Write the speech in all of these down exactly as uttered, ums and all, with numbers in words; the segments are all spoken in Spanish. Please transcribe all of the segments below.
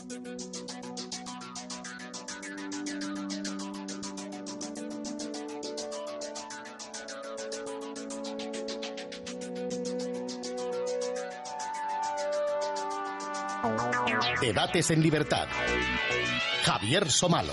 Debates en libertad. Javier Somalo.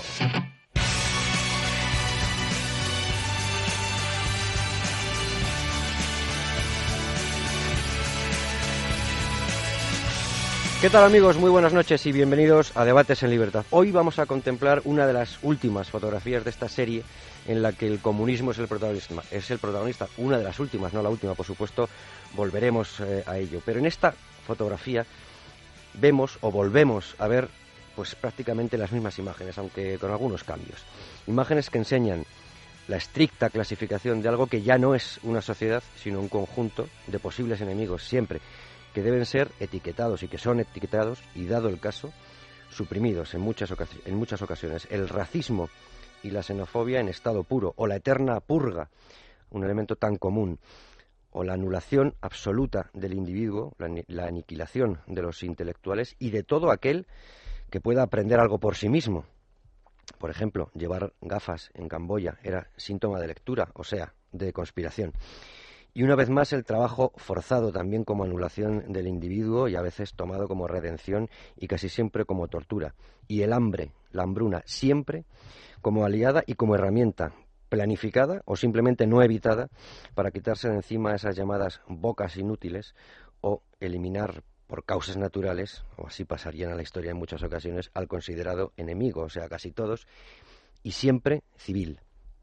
¿Qué tal, amigos? Muy buenas noches y bienvenidos a Debates en Libertad. Hoy vamos a contemplar una de las últimas fotografías de esta serie en la que el comunismo es el protagonista. Es el protagonista, una de las últimas, no la última, por supuesto, volveremos eh, a ello. Pero en esta fotografía vemos o volvemos a ver pues prácticamente las mismas imágenes, aunque con algunos cambios. Imágenes que enseñan la estricta clasificación de algo que ya no es una sociedad, sino un conjunto de posibles enemigos, siempre, que deben ser etiquetados y que son etiquetados, y dado el caso, suprimidos en muchas, ocasi- en muchas ocasiones. El racismo y la xenofobia en estado puro, o la eterna purga, un elemento tan común, o la anulación absoluta del individuo, la, la aniquilación de los intelectuales y de todo aquel que pueda aprender algo por sí mismo. Por ejemplo, llevar gafas en Camboya era síntoma de lectura, o sea, de conspiración. Y una vez más el trabajo forzado también como anulación del individuo y a veces tomado como redención y casi siempre como tortura. Y el hambre, la hambruna, siempre como aliada y como herramienta planificada o simplemente no evitada para quitarse de encima esas llamadas bocas inútiles o eliminar por causas naturales, o así pasarían a la historia en muchas ocasiones, al considerado enemigo, o sea, casi todos, y siempre civil.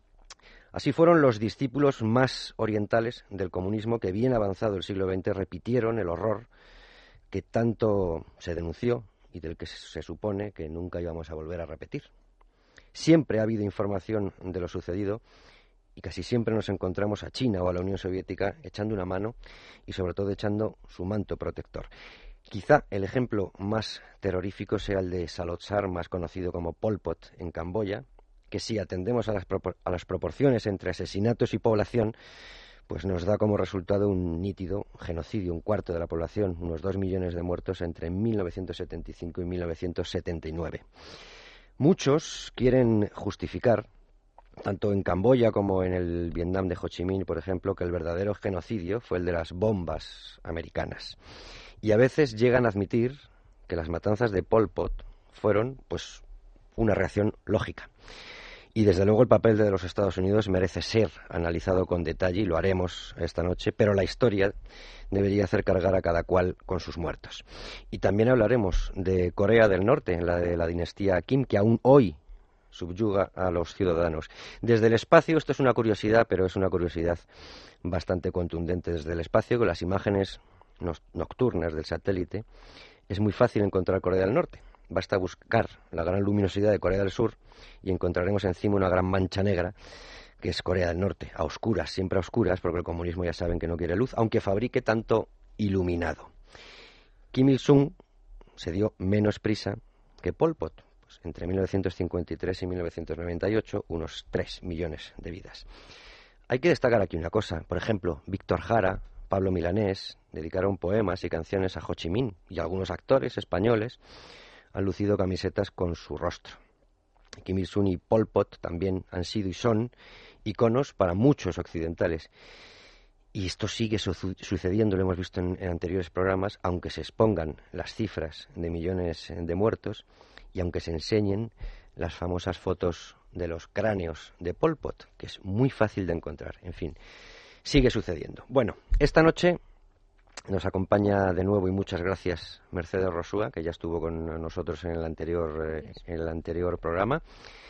Así fueron los discípulos más orientales del comunismo que, bien avanzado el siglo veinte, repitieron el horror que tanto se denunció y del que se supone que nunca íbamos a volver a repetir. Siempre ha habido información de lo sucedido y casi siempre nos encontramos a China o a la Unión Soviética echando una mano y sobre todo echando su manto protector. Quizá el ejemplo más terrorífico sea el de Salotsar, más conocido como Pol Pot, en Camboya, que si atendemos a las, propor- a las proporciones entre asesinatos y población, pues nos da como resultado un nítido genocidio, un cuarto de la población, unos dos millones de muertos entre mil novecientos setenta y cinco y mil novecientos setenta y nueve. Muchos quieren justificar, tanto en Camboya como en el Vietnam de Ho Chi Minh, por ejemplo, que el verdadero genocidio fue el de las bombas americanas. Y a veces llegan a admitir que las matanzas de Pol Pot fueron, pues, una reacción lógica. Y desde luego el papel de los Estados Unidos merece ser analizado con detalle y lo haremos esta noche, pero la historia debería hacer cargar a cada cual con sus muertos. Y también hablaremos de Corea del Norte, la de la dinastía Kim, que aún hoy subyuga a los ciudadanos. Desde el espacio, esto es una curiosidad, pero es una curiosidad bastante contundente. Desde el espacio, con las imágenes nocturnas del satélite, es muy fácil encontrar Corea del Norte. Basta buscar la gran luminosidad de Corea del Sur y encontraremos encima una gran mancha negra que es Corea del Norte, a oscuras, siempre a oscuras, porque el comunismo ya saben que no quiere luz, aunque fabrique tanto iluminado. Kim Il-sung se dio menos prisa que Pol Pot, pues entre mil novecientos cincuenta y tres y mil novecientos noventa y ocho, unos tres millones de vidas. Hay que destacar aquí una cosa, por ejemplo, Víctor Jara, Pablo Milanés dedicaron poemas y canciones a Ho Chi Minh y algunos actores españoles han lucido camisetas con su rostro. Kim Il-sung y Pol Pot también han sido y son iconos para muchos occidentales. Y esto sigue su- sucediendo, lo hemos visto en, en anteriores programas, aunque se expongan las cifras de millones de muertos y aunque se enseñen las famosas fotos de los cráneos de Pol Pot, que es muy fácil de encontrar. En fin, sigue sucediendo. Bueno, esta noche nos acompaña de nuevo, y muchas gracias, Mercedes Rosúa, que ya estuvo con nosotros en el anterior, eh, en el anterior programa.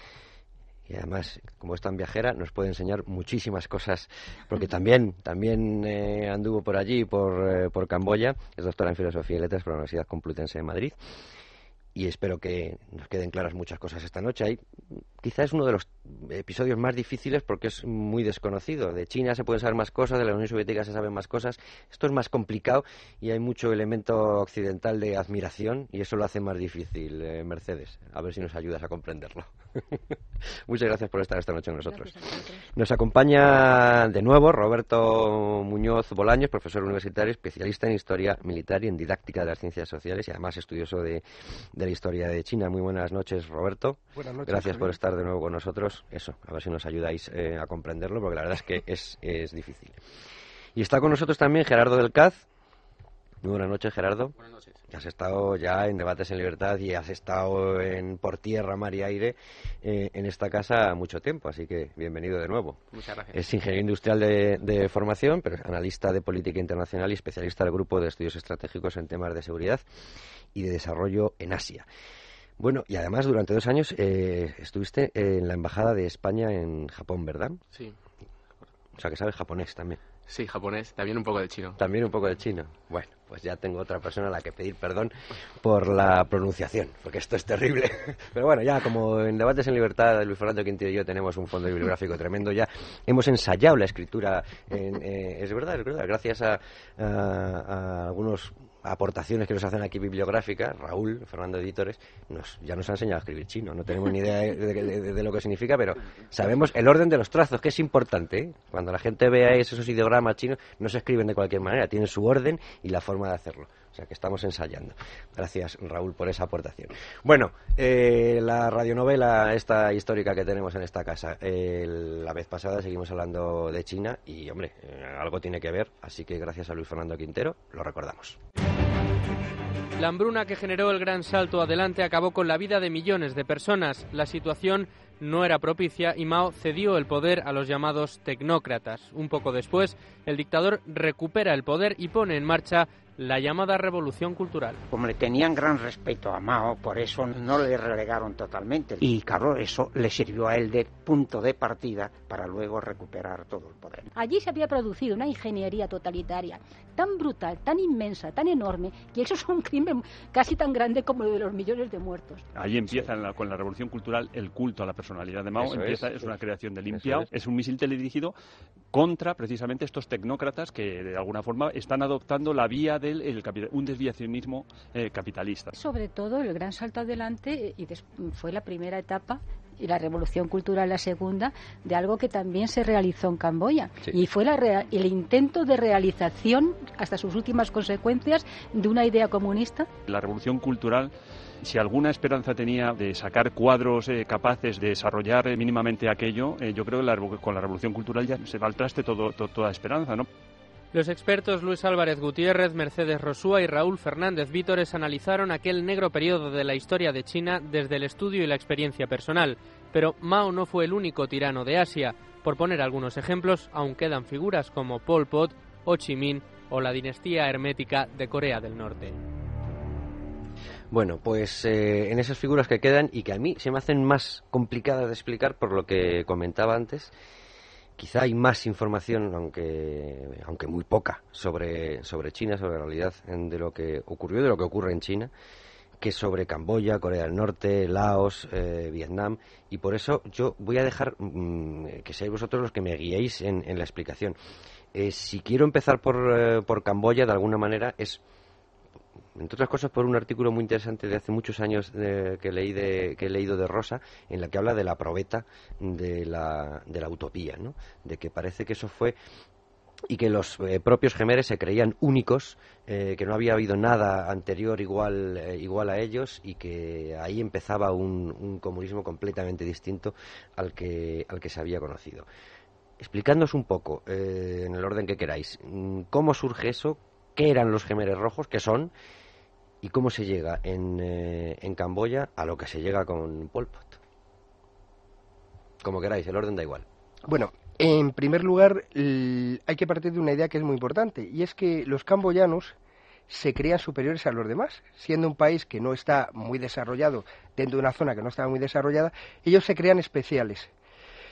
Y además, como es tan viajera, nos puede enseñar muchísimas cosas, porque también también eh, anduvo por allí, por, eh, por Camboya. Es doctora en Filosofía y Letras por la Universidad Complutense de Madrid. Y espero que nos queden claras muchas cosas esta noche. Hay quizá es uno de los episodios más difíciles porque es muy desconocido. De China se pueden saber más cosas, de la Unión Soviética se saben más cosas. Esto es más complicado y hay mucho elemento occidental de admiración y eso lo hace más difícil, eh, Mercedes. A ver si nos ayudas a comprenderlo. Muchas gracias por estar esta noche con nosotros. Nos acompaña de nuevo Roberto Muñoz Bolaños, profesor universitario, especialista en historia militar y en didáctica de las ciencias sociales y además estudioso de, de la historia de China. Muy buenas noches, Roberto. Buenas noches. Gracias Javier. por estar de nuevo con nosotros. Eso, a ver si nos ayudáis eh, a comprenderlo, porque la verdad es que es, es difícil. Y está con nosotros también Gerardo del Caz. Muy buenas noches, Gerardo. Buenas noches. Has estado ya en Debates en Libertad y has estado en por tierra, mar y aire eh, en esta casa mucho tiempo, así que bienvenido de nuevo. Muchas gracias. Es ingeniero industrial de, de formación, pero es analista de política internacional y especialista del grupo de estudios estratégicos en temas de seguridad y de desarrollo en Asia. Bueno, y además durante dos años eh, estuviste en la Embajada de España en Japón, ¿verdad? Sí. O sea que sabes japonés también. Sí, japonés, también un poco de chino. También un poco de chino. Bueno, pues ya tengo otra persona a la que pedir perdón por la pronunciación, porque esto es terrible. Pero bueno, ya como en Debates en Libertad, Luis Fernando Quintero y yo tenemos un fondo bibliográfico tremendo, ya hemos ensayado la escritura. En, eh, es verdad, es verdad, gracias a, a, a algunos aportaciones que nos hacen aquí bibliográficas, Raúl, Fernando Editores, nos, ya nos ha enseñado a escribir chino. No tenemos ni idea de, de, de, de lo que significa, pero sabemos el orden de los trazos, que es importante, ¿eh? Cuando la gente vea esos ideogramas chinos, no se escriben de cualquier manera, tienen su orden y la forma de hacerlo. O sea que estamos ensayando. Gracias, Raúl, por esa aportación. Bueno, eh, la radionovela esta histórica que tenemos en esta casa. Eh, la vez pasada seguimos hablando de China y, hombre, eh, algo tiene que ver, así que gracias a Luis Fernando Quintero lo recordamos. La hambruna que generó el gran salto adelante acabó con la vida de millones de personas. La situación no era propicia y Mao cedió el poder a los llamados tecnócratas. Un poco después, el dictador recupera el poder y pone en marcha la llamada Revolución Cultural. Como le tenían gran respeto a Mao, por eso no le relegaron totalmente. Y claro, eso le sirvió a él de punto de partida para luego recuperar todo el poder. Allí se había producido una ingeniería totalitaria tan brutal, tan inmensa, tan enorme, que eso es un crimen casi tan grande como lo de los millones de muertos. Ahí empieza en la, con la Revolución Cultural el culto a la personalidad de Mao. Eso empieza, es, es una creación de Limpia, Limpiao, es. es un misil teledirigido contra precisamente estos tecnócratas que de alguna forma están adoptando la vía del el capital, un desviacionismo eh, capitalista. Sobre todo el gran salto adelante, y des, fue la primera etapa, y la Revolución Cultural la segunda, de algo que también se realizó en Camboya. Sí. Y fue la rea- el intento de realización, hasta sus últimas consecuencias, de una idea comunista. La Revolución Cultural, si alguna esperanza tenía de sacar cuadros eh, capaces de desarrollar eh, mínimamente aquello, eh, yo creo que la, con la Revolución Cultural ya se va al traste todo, todo, toda esperanza, ¿no? Los expertos Luis Álvarez Gutiérrez, Mercedes Rosúa y Raúl Fernández Vítores analizaron aquel negro periodo de la historia de China desde el estudio y la experiencia personal. Pero Mao no fue el único tirano de Asia. Por poner algunos ejemplos, aún quedan figuras como Pol Pot, Ho Chi Minh o la dinastía hermética de Corea del Norte. Bueno, pues eh, en esas figuras que quedan y que a mí se me hacen más complicadas de explicar por lo que comentaba antes, quizá hay más información, aunque aunque muy poca, sobre, sobre China, sobre la realidad de lo que ocurrió y de lo que ocurre en China, que sobre Camboya, Corea del Norte, Laos, eh, Vietnam, y por eso yo voy a dejar mmm, que seáis vosotros los que me guiéis en, en la explicación. Eh, si quiero empezar por, eh, por Camboya, de alguna manera, es, entre otras cosas, por un artículo muy interesante de hace muchos años de, que, leí de, que he leído de Rosa, en la que habla de la probeta de la, de la utopía, ¿no? De que parece que eso fue y que los eh, propios Jemeres se creían únicos, eh, que no había habido nada anterior igual, eh, igual a ellos y que ahí empezaba un, un comunismo completamente distinto al que, al que se había conocido. Explicándonos un poco, eh, en el orden que queráis, cómo surge eso, qué eran los Jemeres rojos, qué son y cómo se llega en, eh, en Camboya a lo que se llega con Pol Pot. Como queráis, el orden da igual. Bueno, en primer lugar, hay que partir de una idea que es muy importante, y es que los camboyanos se crean superiores a los demás. Siendo un país que no está muy desarrollado, dentro de una zona que no estaba muy desarrollada, ellos se crean especiales.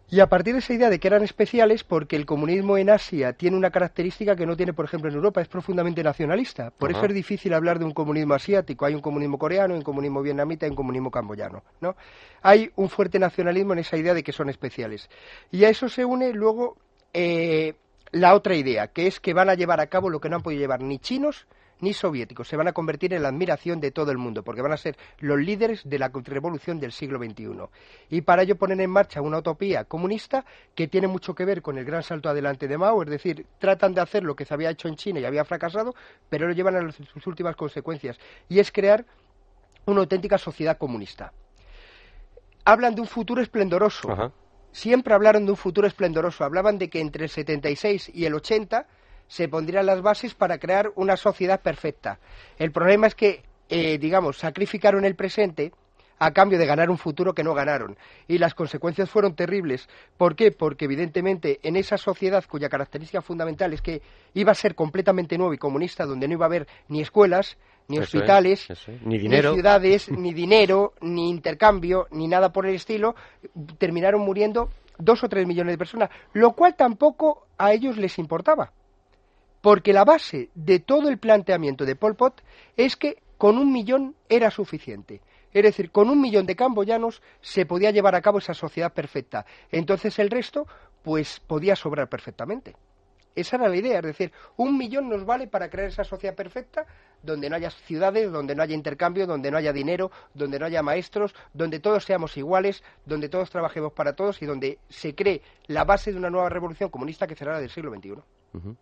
Y a partir de esa idea de que eran especiales, porque el comunismo en Asia tiene una característica que no tiene, por ejemplo, en Europa, es profundamente nacionalista. Por Ajá. eso es difícil hablar de un comunismo asiático. Hay un comunismo coreano, un comunismo vietnamita y un comunismo camboyano, ¿no? Hay un fuerte nacionalismo en esa idea de que son especiales. Y a eso se une luego eh, la otra idea, que es que van a llevar a cabo lo que no han podido llevar ni chinos ni soviéticos. Se van a convertir en la admiración de todo el mundo, porque van a ser los líderes de la contrarrevolución del siglo veintiuno. Y para ello ponen en marcha una utopía comunista que tiene mucho que ver con el gran salto adelante de Mao, es decir, tratan de hacer lo que se había hecho en China y había fracasado, pero lo llevan a sus últimas consecuencias, y es crear una auténtica sociedad comunista. Hablan de un futuro esplendoroso. Ajá. Siempre hablaron de un futuro esplendoroso. Hablaban de que entre el setenta y seis y el ochenta se pondrían las bases para crear una sociedad perfecta. El problema es que, eh, digamos, sacrificaron el presente a cambio de ganar un futuro que no ganaron. Y las consecuencias fueron terribles. ¿Por qué? Porque, evidentemente, en esa sociedad cuya característica fundamental es que iba a ser completamente nueva y comunista, donde no iba a haber ni escuelas, ni eso hospitales, es, es. Ni, dinero. ni ciudades, ni dinero, ni intercambio, ni nada por el estilo, terminaron muriendo dos o tres millones de personas, lo cual tampoco a ellos les importaba. Porque la base de todo el planteamiento de Pol Pot es que con un millón era suficiente. Es decir, con un millón de camboyanos se podía llevar a cabo esa sociedad perfecta. Entonces el resto, pues, podía sobrar perfectamente. Esa era la idea, es decir, un millón nos vale para crear esa sociedad perfecta donde no haya ciudades, donde no haya intercambio, donde no haya dinero, donde no haya maestros, donde todos seamos iguales, donde todos trabajemos para todos y donde se cree la base de una nueva revolución comunista que será la del siglo veintiuno. Uh-huh.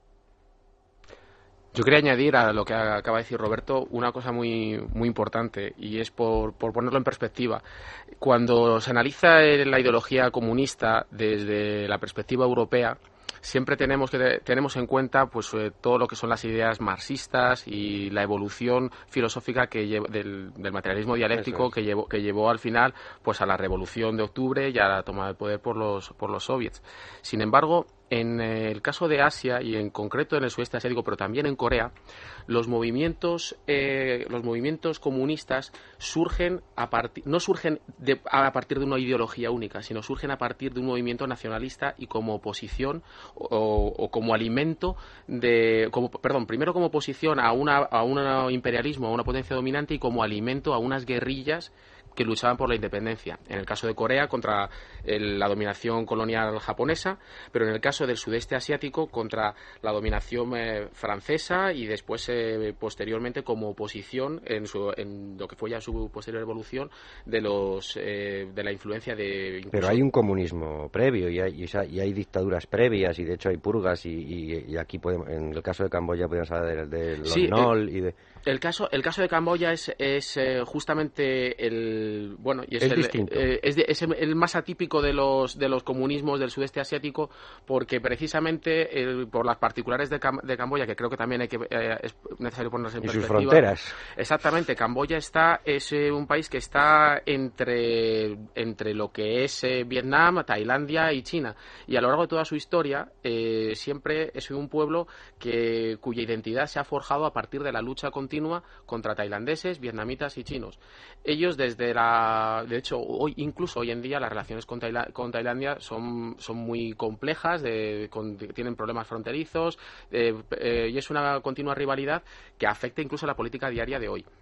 Yo quería añadir a lo que acaba de decir Roberto una cosa muy muy importante, y es por, por ponerlo en perspectiva. Cuando se analiza la ideología comunista desde la perspectiva europea, siempre tenemos que tenemos en cuenta pues eh, todo lo que son las ideas marxistas y la evolución filosófica que lleva, del, del materialismo dialéctico es. que llevó que llevó al final pues a la Revolución de Octubre y a la toma de poder por los por los soviets. Sin embargo, en el caso de Asia y en concreto en el sudeste asiático, pero también en Corea, los movimientos eh, los movimientos comunistas surgen a partir no surgen de, a partir de una ideología única, sino surgen a partir de un movimiento nacionalista y como oposición o, o como alimento de como perdón primero como oposición a una a un imperialismo, a una potencia dominante, y como alimento a unas guerrillas que luchaban por la independencia. En el caso de Corea contra el, la dominación colonial japonesa, pero en el caso del sudeste asiático contra la dominación eh, francesa, y después eh, posteriormente como oposición en, su, en lo que fue ya su posterior evolución de los eh, de la influencia de incluso... Pero hay un comunismo previo y hay, y hay dictaduras previas, y de hecho hay purgas, y, y, y aquí podemos, en el caso de Camboya podemos hablar de, de los sí, Nol el, y de... El caso, el caso de Camboya es, es eh, justamente el bueno y es, es el, distinto. Eh, es, de, es el más atípico de los de los comunismos del sudeste asiático, porque precisamente el, por las particulares de, Cam, de Camboya, que creo que también hay que eh, es necesario ponerse en y perspectiva. Sus fronteras. Exactamente, Camboya está es eh, un país que está entre entre lo que es eh, Vietnam, Tailandia y China, y a lo largo de toda su historia eh, siempre es un pueblo que cuya identidad se ha forjado a partir de la lucha continua contra tailandeses, vietnamitas y chinos. Ellos desde la... De hecho, hoy incluso hoy en día las relaciones con, Taila, con Tailandia son, son muy complejas, de, con, de, tienen problemas fronterizos, eh, eh, y es una continua rivalidad que afecta incluso a la política diaria de hoy.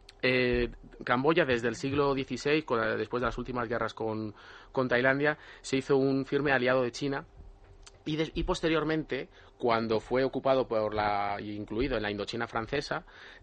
Eh, Camboya desde el siglo dieciséis, con, después de las últimas guerras con, con Tailandia, se hizo un firme aliado de China, y, de, y posteriormente, cuando fue ocupado por la incluido en la Indochina francesa,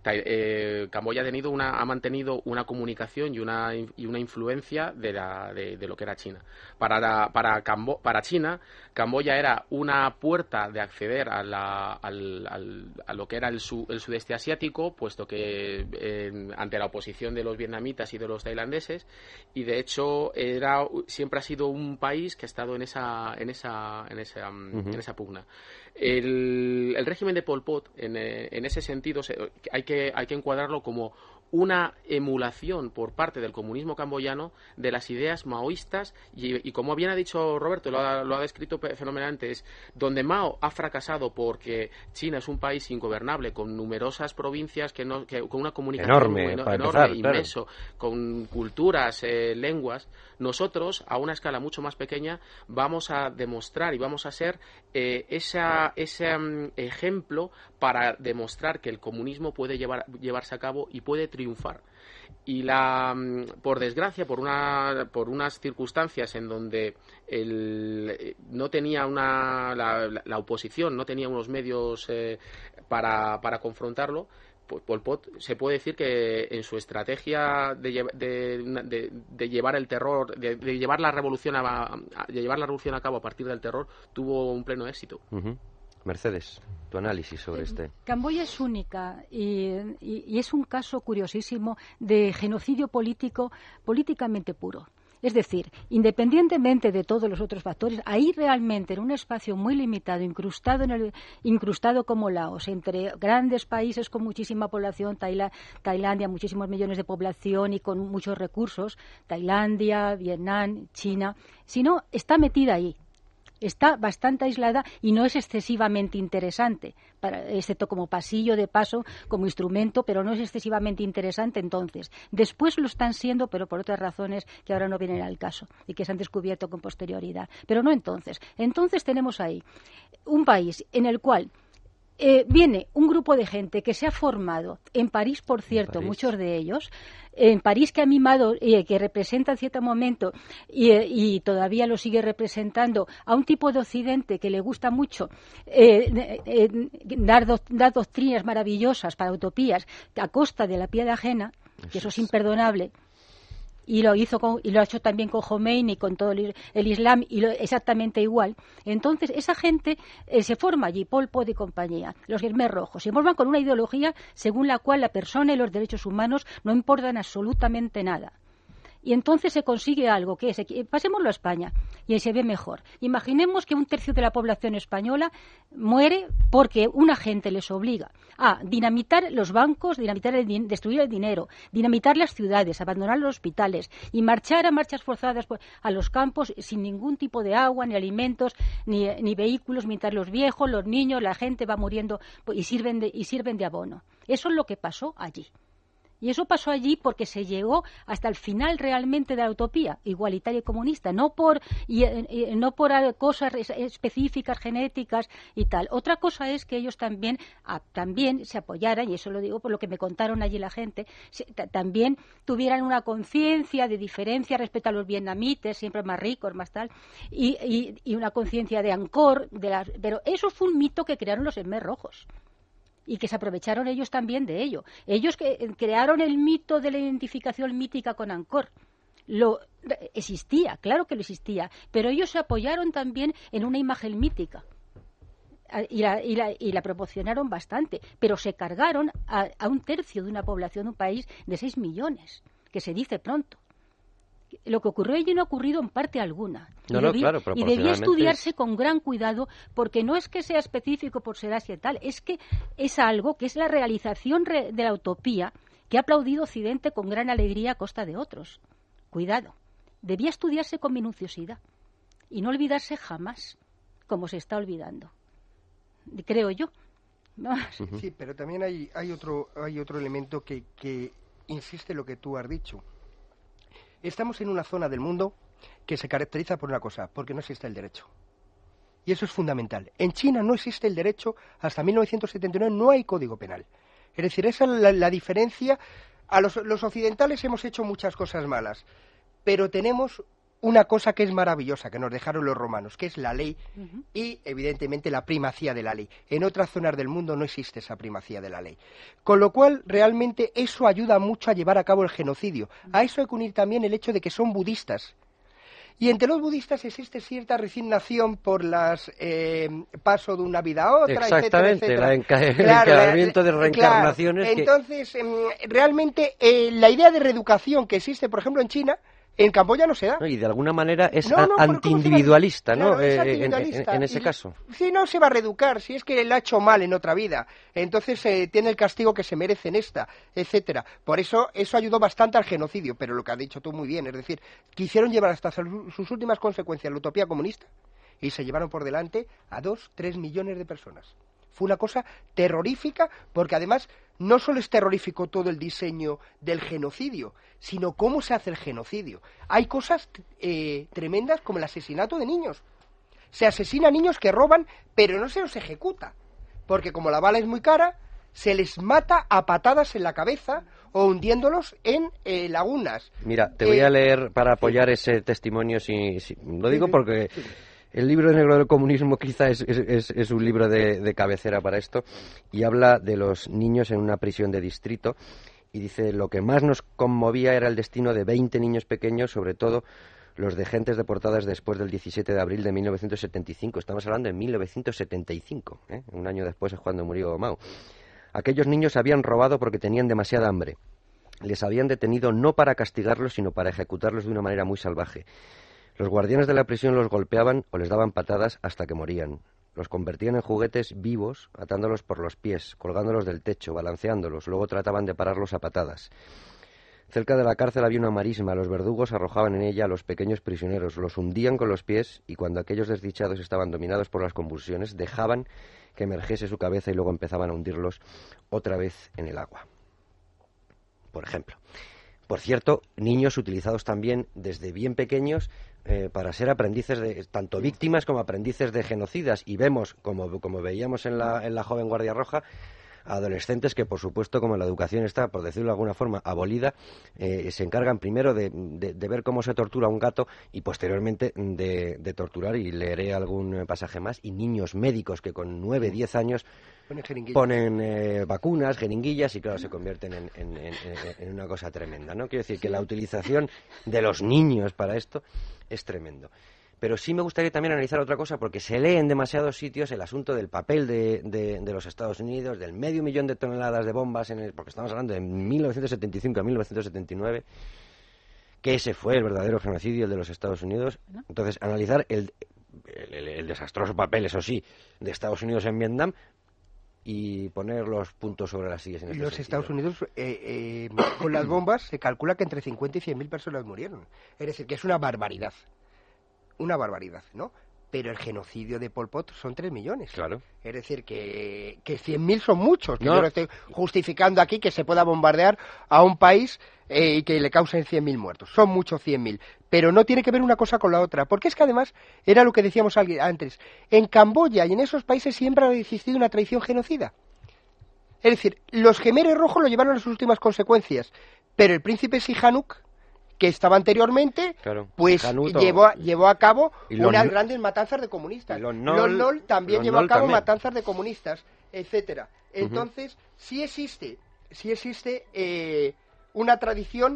eh, Camboya ha tenido una ha mantenido una comunicación y una y una influencia de la de, de lo que era China. Para la, para Cambo, para China, Camboya era una puerta de acceder a la al, al, a lo que era el, su, el sudeste asiático, puesto que eh, ante la oposición de los vietnamitas y de los tailandeses, y de hecho era siempre ha sido un país que ha estado en esa en esa en esa uh-huh. en esa pugna. El, el régimen de Pol Pot, en, en ese sentido, se, hay, que, hay que encuadrarlo como una emulación por parte del comunismo camboyano de las ideas maoístas y, y como bien ha dicho Roberto, lo ha, lo ha descrito fenomenalmente, es donde Mao ha fracasado porque China es un país ingobernable con numerosas provincias que no, que, con una comunicación enorme, enorme, para enorme empezar, inmenso, claro. con culturas, eh, lenguas. Nosotros, a una escala mucho más pequeña, vamos a demostrar y vamos a ser eh, esa, ese um, ejemplo para demostrar que el comunismo puede llevar, llevarse a cabo y puede triunfar. Y la, por desgracia, por una, por unas circunstancias en donde el, no tenía una, la, la oposición no tenía unos medios eh, para, para confrontarlo, Pol Pot se puede decir que en su estrategia de, de, de, de llevar el terror, de, de llevar la revolución a, de llevar la revolución a cabo a partir del terror, tuvo un pleno éxito. Uh-huh. Mercedes, tu análisis sobre este. Camboya es única y, y, y es un caso curiosísimo de genocidio político políticamente puro. Es decir, independientemente de todos los otros factores, ahí realmente en un espacio muy limitado, incrustado en el, incrustado como Laos, entre grandes países con muchísima población, Taila, Tailandia, muchísimos millones de población y con muchos recursos, Tailandia, Vietnam, China, sino está metida ahí. Está bastante aislada y no es excesivamente interesante, para, excepto como pasillo de paso, como instrumento, pero no es excesivamente interesante entonces. Después lo están siendo, pero por otras razones que ahora no vienen al caso y que se han descubierto con posterioridad. Pero no entonces. Entonces tenemos ahí un país en el cual Eh, viene un grupo de gente que se ha formado en París, por cierto, París. muchos de ellos, en París que ha mimado, eh, que representa en cierto momento y, eh, y todavía lo sigue representando a un tipo de Occidente que le gusta mucho eh, eh, dar, do, dar doctrinas maravillosas para utopías a costa de la piedad ajena, que eso es imperdonable. Y lo hizo con, y lo ha hecho también con Khomeini, con todo el, el Islam, y lo, exactamente igual. Entonces, esa gente eh, se forma allí, Pol Pot y compañía, los Khmer Rojos, se forman con una ideología según la cual la persona y los derechos humanos no importan absolutamente nada. Y entonces se consigue algo, que es, pasémoslo a España, y ahí se ve mejor. Imaginemos que un tercio de la población española muere porque una gente les obliga a dinamitar los bancos, dinamitar el, destruir el dinero, dinamitar las ciudades, abandonar los hospitales y marchar a marchas forzadas a los campos sin ningún tipo de agua, ni alimentos, ni, ni vehículos, mientras los viejos, los niños, la gente va muriendo y sirven de, y sirven de abono. Eso es lo que pasó allí. Y eso pasó allí porque se llegó hasta el final realmente de la utopía igualitaria y comunista, no por, y, y, no por cosas específicas, genéticas y tal. Otra cosa es que ellos también, a, también se apoyaran, y eso lo digo por lo que me contaron allí la gente, se, t- también tuvieran una conciencia de diferencia respecto a los vietnamitas, siempre más ricos, más tal, y, y, y una conciencia de Angkor, de las, pero eso fue un mito que crearon los Khmer Rojos. Y que se aprovecharon ellos también de ello. Ellos que crearon el mito de la identificación mítica con Angkor. Lo existía, claro que lo existía, pero ellos se apoyaron también en una imagen mítica y la, y la, y la proporcionaron bastante, pero se cargaron a, a un tercio de una población de un país de seis millones, que se dice pronto. Lo que ocurrió allí no ha ocurrido en parte alguna. No, y, no, debí, claro, y debía estudiarse es... con gran cuidado, porque no es que sea específico por ser Asia y tal, es que es algo que es la realización re- de la utopía que ha aplaudido Occidente con gran alegría a costa de otros. Cuidado. Debía estudiarse con minuciosidad y no olvidarse jamás, como se está olvidando. Creo yo. ¿No? Sí, pero también hay, hay, otro, hay otro elemento que, que insiste en lo que tú has dicho. Estamos en una zona del mundo que se caracteriza por una cosa, porque no existe el derecho. Y eso es fundamental. En China no existe el derecho, hasta mil novecientos setenta y nueve no hay código penal. Es decir, esa es la, la diferencia. A los, los occidentales hemos hecho muchas cosas malas, pero tenemos una cosa que es maravillosa, que nos dejaron los romanos, que es la ley uh-huh. y, evidentemente, la primacía de la ley. En otras zonas del mundo no existe esa primacía de la ley. Con lo cual, realmente, eso ayuda mucho a llevar a cabo el genocidio. Uh-huh. A eso hay que unir también el hecho de que son budistas. Y entre los budistas existe cierta resignación por las eh, paso de una vida a otra, exactamente, etcétera, etcétera. La enca- claro, el encadenamiento de reencarnaciones. Claro. Que... Entonces, eh, realmente, eh, la idea de reeducación que existe, por ejemplo, en China, En Camboya no se da. No, y de alguna manera es no, no, antiindividualista, ¿no? Claro, es eh, antiindividualista. En, en, en ese y, caso. Sí, no se va a reeducar, si es que le ha hecho mal en otra vida. Entonces eh, tiene el castigo que se merece en esta, etcétera. Por eso, eso ayudó bastante al genocidio, pero lo que has dicho tú muy bien, es decir, quisieron llevar hasta sus últimas consecuencias la utopía comunista y se llevaron por delante a dos, tres millones de personas. Fue una cosa terrorífica, porque además no solo es terrorífico todo el diseño del genocidio, sino cómo se hace el genocidio. Hay cosas eh, tremendas como el asesinato de niños. Se asesina a niños que roban, pero no se los ejecuta, porque como la bala es muy cara, se les mata a patadas en la cabeza o hundiéndolos en eh, lagunas. Mira, te voy eh, a leer para apoyar sí. ese testimonio, si, si, lo digo porque... Sí. El libro negro del comunismo quizá es, es, es un libro de, de cabecera para esto, y habla de los niños en una prisión de distrito, y dice, lo que más nos conmovía era el destino de veinte niños pequeños, sobre todo los de gentes deportadas después del diecisiete de abril de mil novecientos setenta y cinco. Estamos hablando de mil novecientos setenta y cinco, ¿eh? Un año después es cuando murió Mao. Aquellos niños habían robado porque tenían demasiada hambre. Les habían detenido no para castigarlos, sino para ejecutarlos de una manera muy salvaje. Los guardianes de la prisión los golpeaban o les daban patadas hasta que morían. Los convertían en juguetes vivos, atándolos por los pies, colgándolos del techo, balanceándolos. Luego trataban de pararlos a patadas. Cerca de la cárcel había una marisma. Los verdugos arrojaban en ella a los pequeños prisioneros, los hundían con los pies y cuando aquellos desdichados estaban dominados por las convulsiones, dejaban que emergiese su cabeza y luego empezaban a hundirlos otra vez en el agua. Por ejemplo. Por cierto, niños utilizados también desde bien pequeños eh, para ser aprendices de tanto víctimas como aprendices de genocidas, y vemos, como, como veíamos en la, en la joven Guardia Roja, adolescentes que, por supuesto, como la educación está, por decirlo de alguna forma, abolida, eh, se encargan primero de, de, de ver cómo se tortura a un gato y posteriormente de, de torturar, y leeré algún pasaje más, y niños médicos que con nueve, diez años ponen eh, vacunas, jeringuillas, y claro, se convierten en, en, en, en una cosa tremenda, ¿no? Quiero decir que la utilización de los niños para esto es tremendo. Pero sí me gustaría también analizar otra cosa, porque se lee en demasiados sitios el asunto del papel de, de, de los Estados Unidos, del medio millón de toneladas de bombas, en el, porque estamos hablando de mil novecientos setenta y cinco a mil novecientos setenta y nueve, que ese fue el verdadero genocidio, el de los Estados Unidos. Entonces, analizar el, el, el, el desastroso papel, eso sí, de Estados Unidos en Vietnam, y poner los puntos sobre las sillas en este Los sentido. Estados Unidos, eh, eh, con las bombas, se calcula que entre cincuenta y cien mil personas murieron. Es decir, que es una barbaridad. Una barbaridad, ¿no? Pero el genocidio de Pol Pot son tres millones. Claro. Es decir, que, que cien mil son muchos. Que no. Yo no estoy justificando aquí que se pueda bombardear a un país eh, y que le causen cien mil muertos. Son muchos cien mil. Pero no tiene que ver una cosa con la otra. Porque es que además, era lo que decíamos antes, en Camboya y en esos países siempre ha existido una tradición genocida. Es decir, los Khmeres rojos lo llevaron a sus últimas consecuencias. Pero el príncipe Sihanouk, que estaba anteriormente, claro, pues Januto, llevó, a, llevó a cabo unas grandes matanzas de comunistas. Los Nol, Nol también llevó a cabo también. matanzas de comunistas, etcétera. Entonces, uh-huh. sí existe, sí existe eh, una tradición.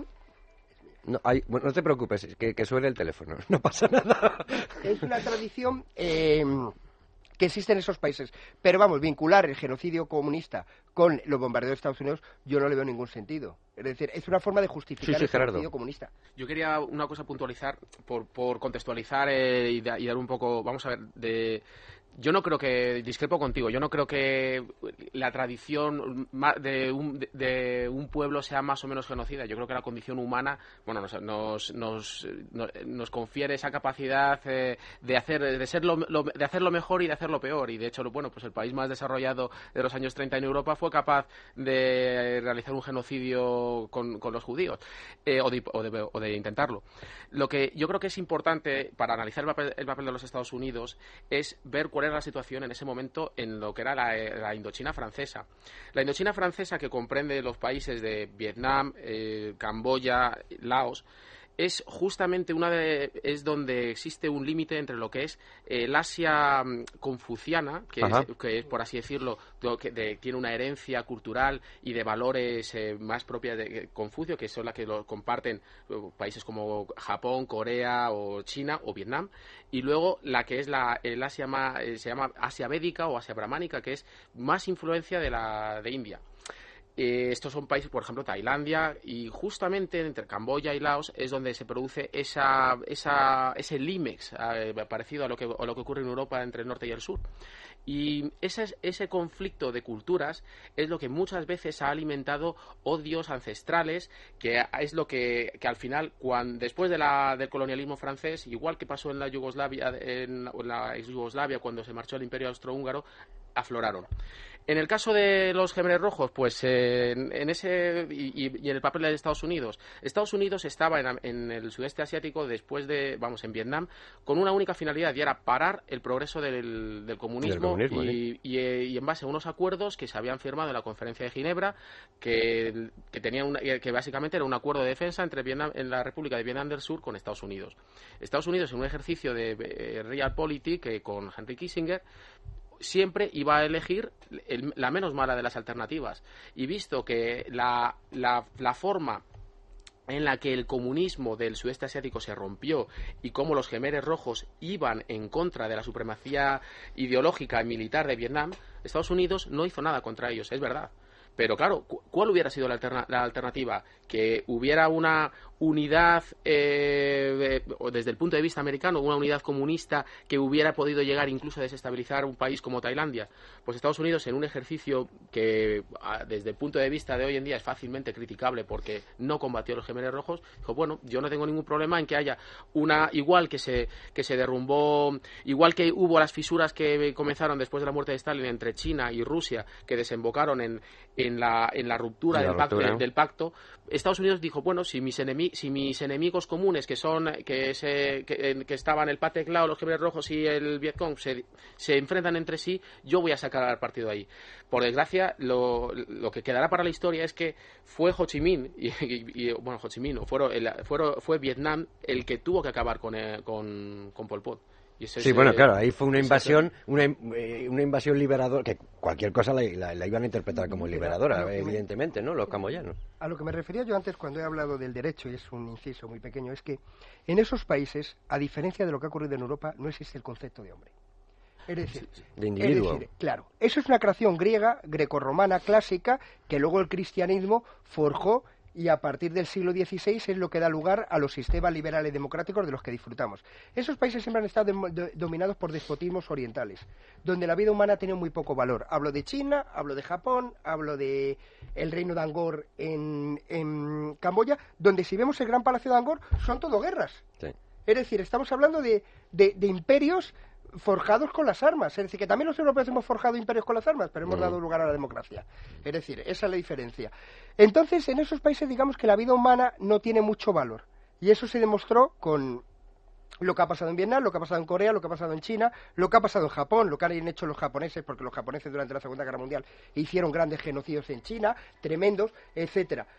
No, hay, bueno, no te preocupes, que, que suene el teléfono, no pasa nada. Es una tradición eh, que existe en esos países. Pero vamos, vincular el genocidio comunista con los bombardeos de Estados Unidos, yo no le veo ningún sentido. Es decir, es una forma de justificar sí, sí, el genocidio Gerardo. comunista. Yo quería una cosa puntualizar, por, por contextualizar eh, y, da, y dar un poco, vamos a ver, de... Yo no creo que, discrepo contigo, yo no creo que la tradición de un, de un pueblo sea más o menos genocida. Yo creo que la condición humana, bueno, nos, nos, nos, nos confiere esa capacidad eh, de hacer, de ser lo, lo, de hacerlo mejor y de hacerlo peor. Y de hecho, bueno, pues el país más desarrollado de los años treinta en Europa fue capaz de realizar un genocidio con, con los judíos, eh, o, de, o, de, o de intentarlo. Lo que yo creo que es importante para analizar el papel, el papel de los Estados Unidos es ver cuál era la situación en ese momento en lo que era la, la Indochina francesa. La Indochina francesa, que comprende los países de Vietnam, eh, Camboya, Laos, es justamente una de, es donde existe un límite entre lo que es el Asia confuciana, que es, que es, por así decirlo, que de, tiene una herencia cultural y de valores eh, más propias de Confucio, que son las que lo comparten países como Japón, Corea o China o Vietnam, y luego la que es la el Asia más, se llama Asia Védica o Asia Brahmánica, que es más influencia de la de India. Eh, estos son países, por ejemplo, Tailandia, y justamente entre Camboya y Laos es donde se produce esa, esa, ese límex eh, parecido a lo, que, a lo que ocurre en Europa entre el norte y el sur. Y ese, ese conflicto de culturas es lo que muchas veces ha alimentado odios ancestrales, que es lo que, que al final, cuando, después de la, del colonialismo francés, igual que pasó en la Yugoslavia, en, en la ex Yugoslavia cuando se marchó el Imperio Austrohúngaro, afloraron. En el caso de los Jemeres Rojos, pues eh, en, en ese y, y en el papel de Estados Unidos, Estados Unidos estaba en, en el sudeste asiático después de, vamos, en Vietnam, con una única finalidad, y era parar el progreso del, del comunismo, del comunismo y, ¿sí? y, y en base a unos acuerdos que se habían firmado en la Conferencia de Ginebra, que, que tenían una, que básicamente era un acuerdo de defensa entre Vietnam, en la República de Vietnam del Sur con Estados Unidos. Estados Unidos, en un ejercicio de eh, realpolitik eh, con Henry Kissinger, siempre iba a elegir el, la menos mala de las alternativas, y visto que la, la, la forma en la que el comunismo del sudeste asiático se rompió y cómo los Jemeres Rojos iban en contra de la supremacía ideológica y militar de Vietnam, Estados Unidos no hizo nada contra ellos, es verdad. Pero claro, ¿cuál hubiera sido la, alterna la alternativa? Que hubiera una unidad, eh, de, desde el punto de vista americano, una unidad comunista que hubiera podido llegar incluso a desestabilizar un país como Tailandia. Pues Estados Unidos, en un ejercicio que desde el punto de vista de hoy en día es fácilmente criticable porque no combatió a los Jemeres Rojos, dijo, bueno, yo no tengo ningún problema en que haya una, igual que se, que se derrumbó, igual que hubo las fisuras que comenzaron después de la muerte de Stalin entre China y Rusia, que desembocaron en, en, la, en la ruptura, la del, ruptura. Pacto, del pacto, Estados Unidos dijo, bueno, si mis, enemi si mis enemigos comunes, que son que, se, que, que estaban el Pathet Lao, los Jemeres Rojos y el Vietcong, se, se enfrentan entre sí, yo voy a sacar al partido ahí. Por desgracia, lo, lo que quedará para la historia es que fue Ho Chi Minh, y, y, y bueno, Ho Chi Minh, fueron, el, fueron, fue Vietnam el que tuvo que acabar con, eh, con, con Pol Pot. Y ese sí, es, bueno, eh, claro, ahí fue una invasión, una, eh, una invasión liberadora, que cualquier cosa la, la, la iban a interpretar como liberadora, Mira, evidentemente, ¿no? Los camboyanos. A lo que me refería yo antes cuando he hablado del derecho, y es un inciso muy pequeño, es que en esos países, a diferencia de lo que ha ocurrido en Europa, no existe el concepto de hombre. Es decir, de individuo. Es decir, claro, eso es una creación griega, grecorromana, clásica, que luego el cristianismo forjó, y a partir del siglo dieciséis es lo que da lugar a los sistemas liberales democráticos de los que disfrutamos. Esos países siempre han estado de, de, dominados por despotismos orientales, donde la vida humana ha tenido muy poco valor. Hablo de China, hablo de Japón, hablo de el reino de Angkor en, en Camboya, donde si vemos el gran palacio de Angkor son todo guerras. Sí. Es decir, estamos hablando de, de, de imperios forjados con las armas, es decir, que también los europeos hemos forjado imperios con las armas, pero hemos mm. dado lugar a la democracia, es decir, esa es la diferencia. Entonces, en esos países, digamos que la vida humana no tiene mucho valor, y eso se demostró con lo que ha pasado en Vietnam, lo que ha pasado en Corea, lo que ha pasado en China, lo que ha pasado en Japón, lo que han hecho los japoneses, porque los japoneses durante la Segunda Guerra Mundial hicieron grandes genocidios en China, tremendos, etcétera.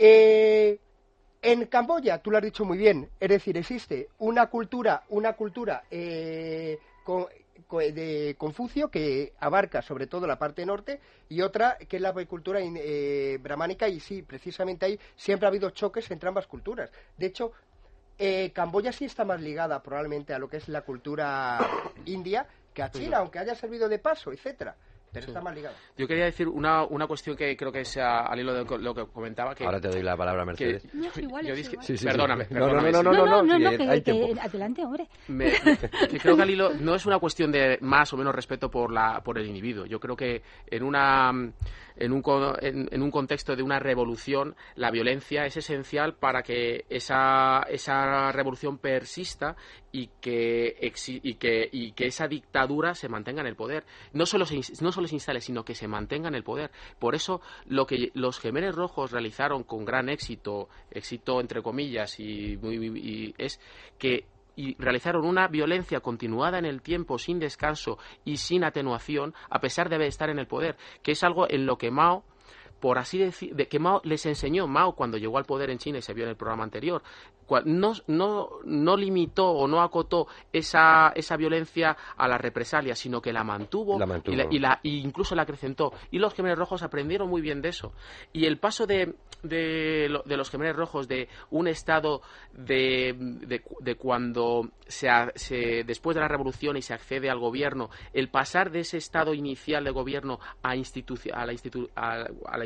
Eh... En Camboya, tú lo has dicho muy bien, es decir, existe una cultura, una cultura eh, con, con, de Confucio que abarca sobre todo la parte norte y otra que es la cultura eh, brahmánica, y sí, precisamente ahí siempre ha habido choques entre ambas culturas. De hecho, eh, Camboya sí está más ligada probablemente a lo que es la cultura india que a China, aunque haya servido de paso, etcétera. Pero sí. Está más ligado. Yo quería decir una, una cuestión que creo que es a, al hilo de lo que comentaba. Que, ahora te doy la palabra, Mercedes. Que, no, es igual, yo, es yo igual. Sí, sí, perdóname, sí. perdóname. No, no, no, no, no, no, no, no, sí, que, hay que, tiempo. adelante, hombre. Me, que creo que al hilo no es una cuestión de más o menos respeto por la por el individuo. Yo creo que en una en un en, en un contexto de una revolución, la violencia es esencial para que esa esa revolución persista y que y que y que esa dictadura se mantenga en el poder. No solo se no solo se instale, sino que se mantenga en el poder. Por eso lo que los Jemeres Rojos realizaron con gran éxito, éxito entre comillas, y, y, y es que y realizaron una violencia continuada en el tiempo, sin descanso y sin atenuación, a pesar de estar en el poder, que es algo en lo que Mao, por así decir, de que Mao les enseñó, Mao cuando llegó al poder en China, y se vio en el programa anterior, no, no, no limitó o no acotó esa, esa violencia a la represalia, sino que la mantuvo, la mantuvo. Y, la, y, la, y incluso la acrecentó. Y los Jemeres Rojos aprendieron muy bien de eso. Y el paso de, de, de los Jemeres Rojos de un estado de, de, de cuando se, se, después de la revolución y se accede al gobierno, el pasar de ese estado inicial de gobierno a, institu a, la, institu a, a la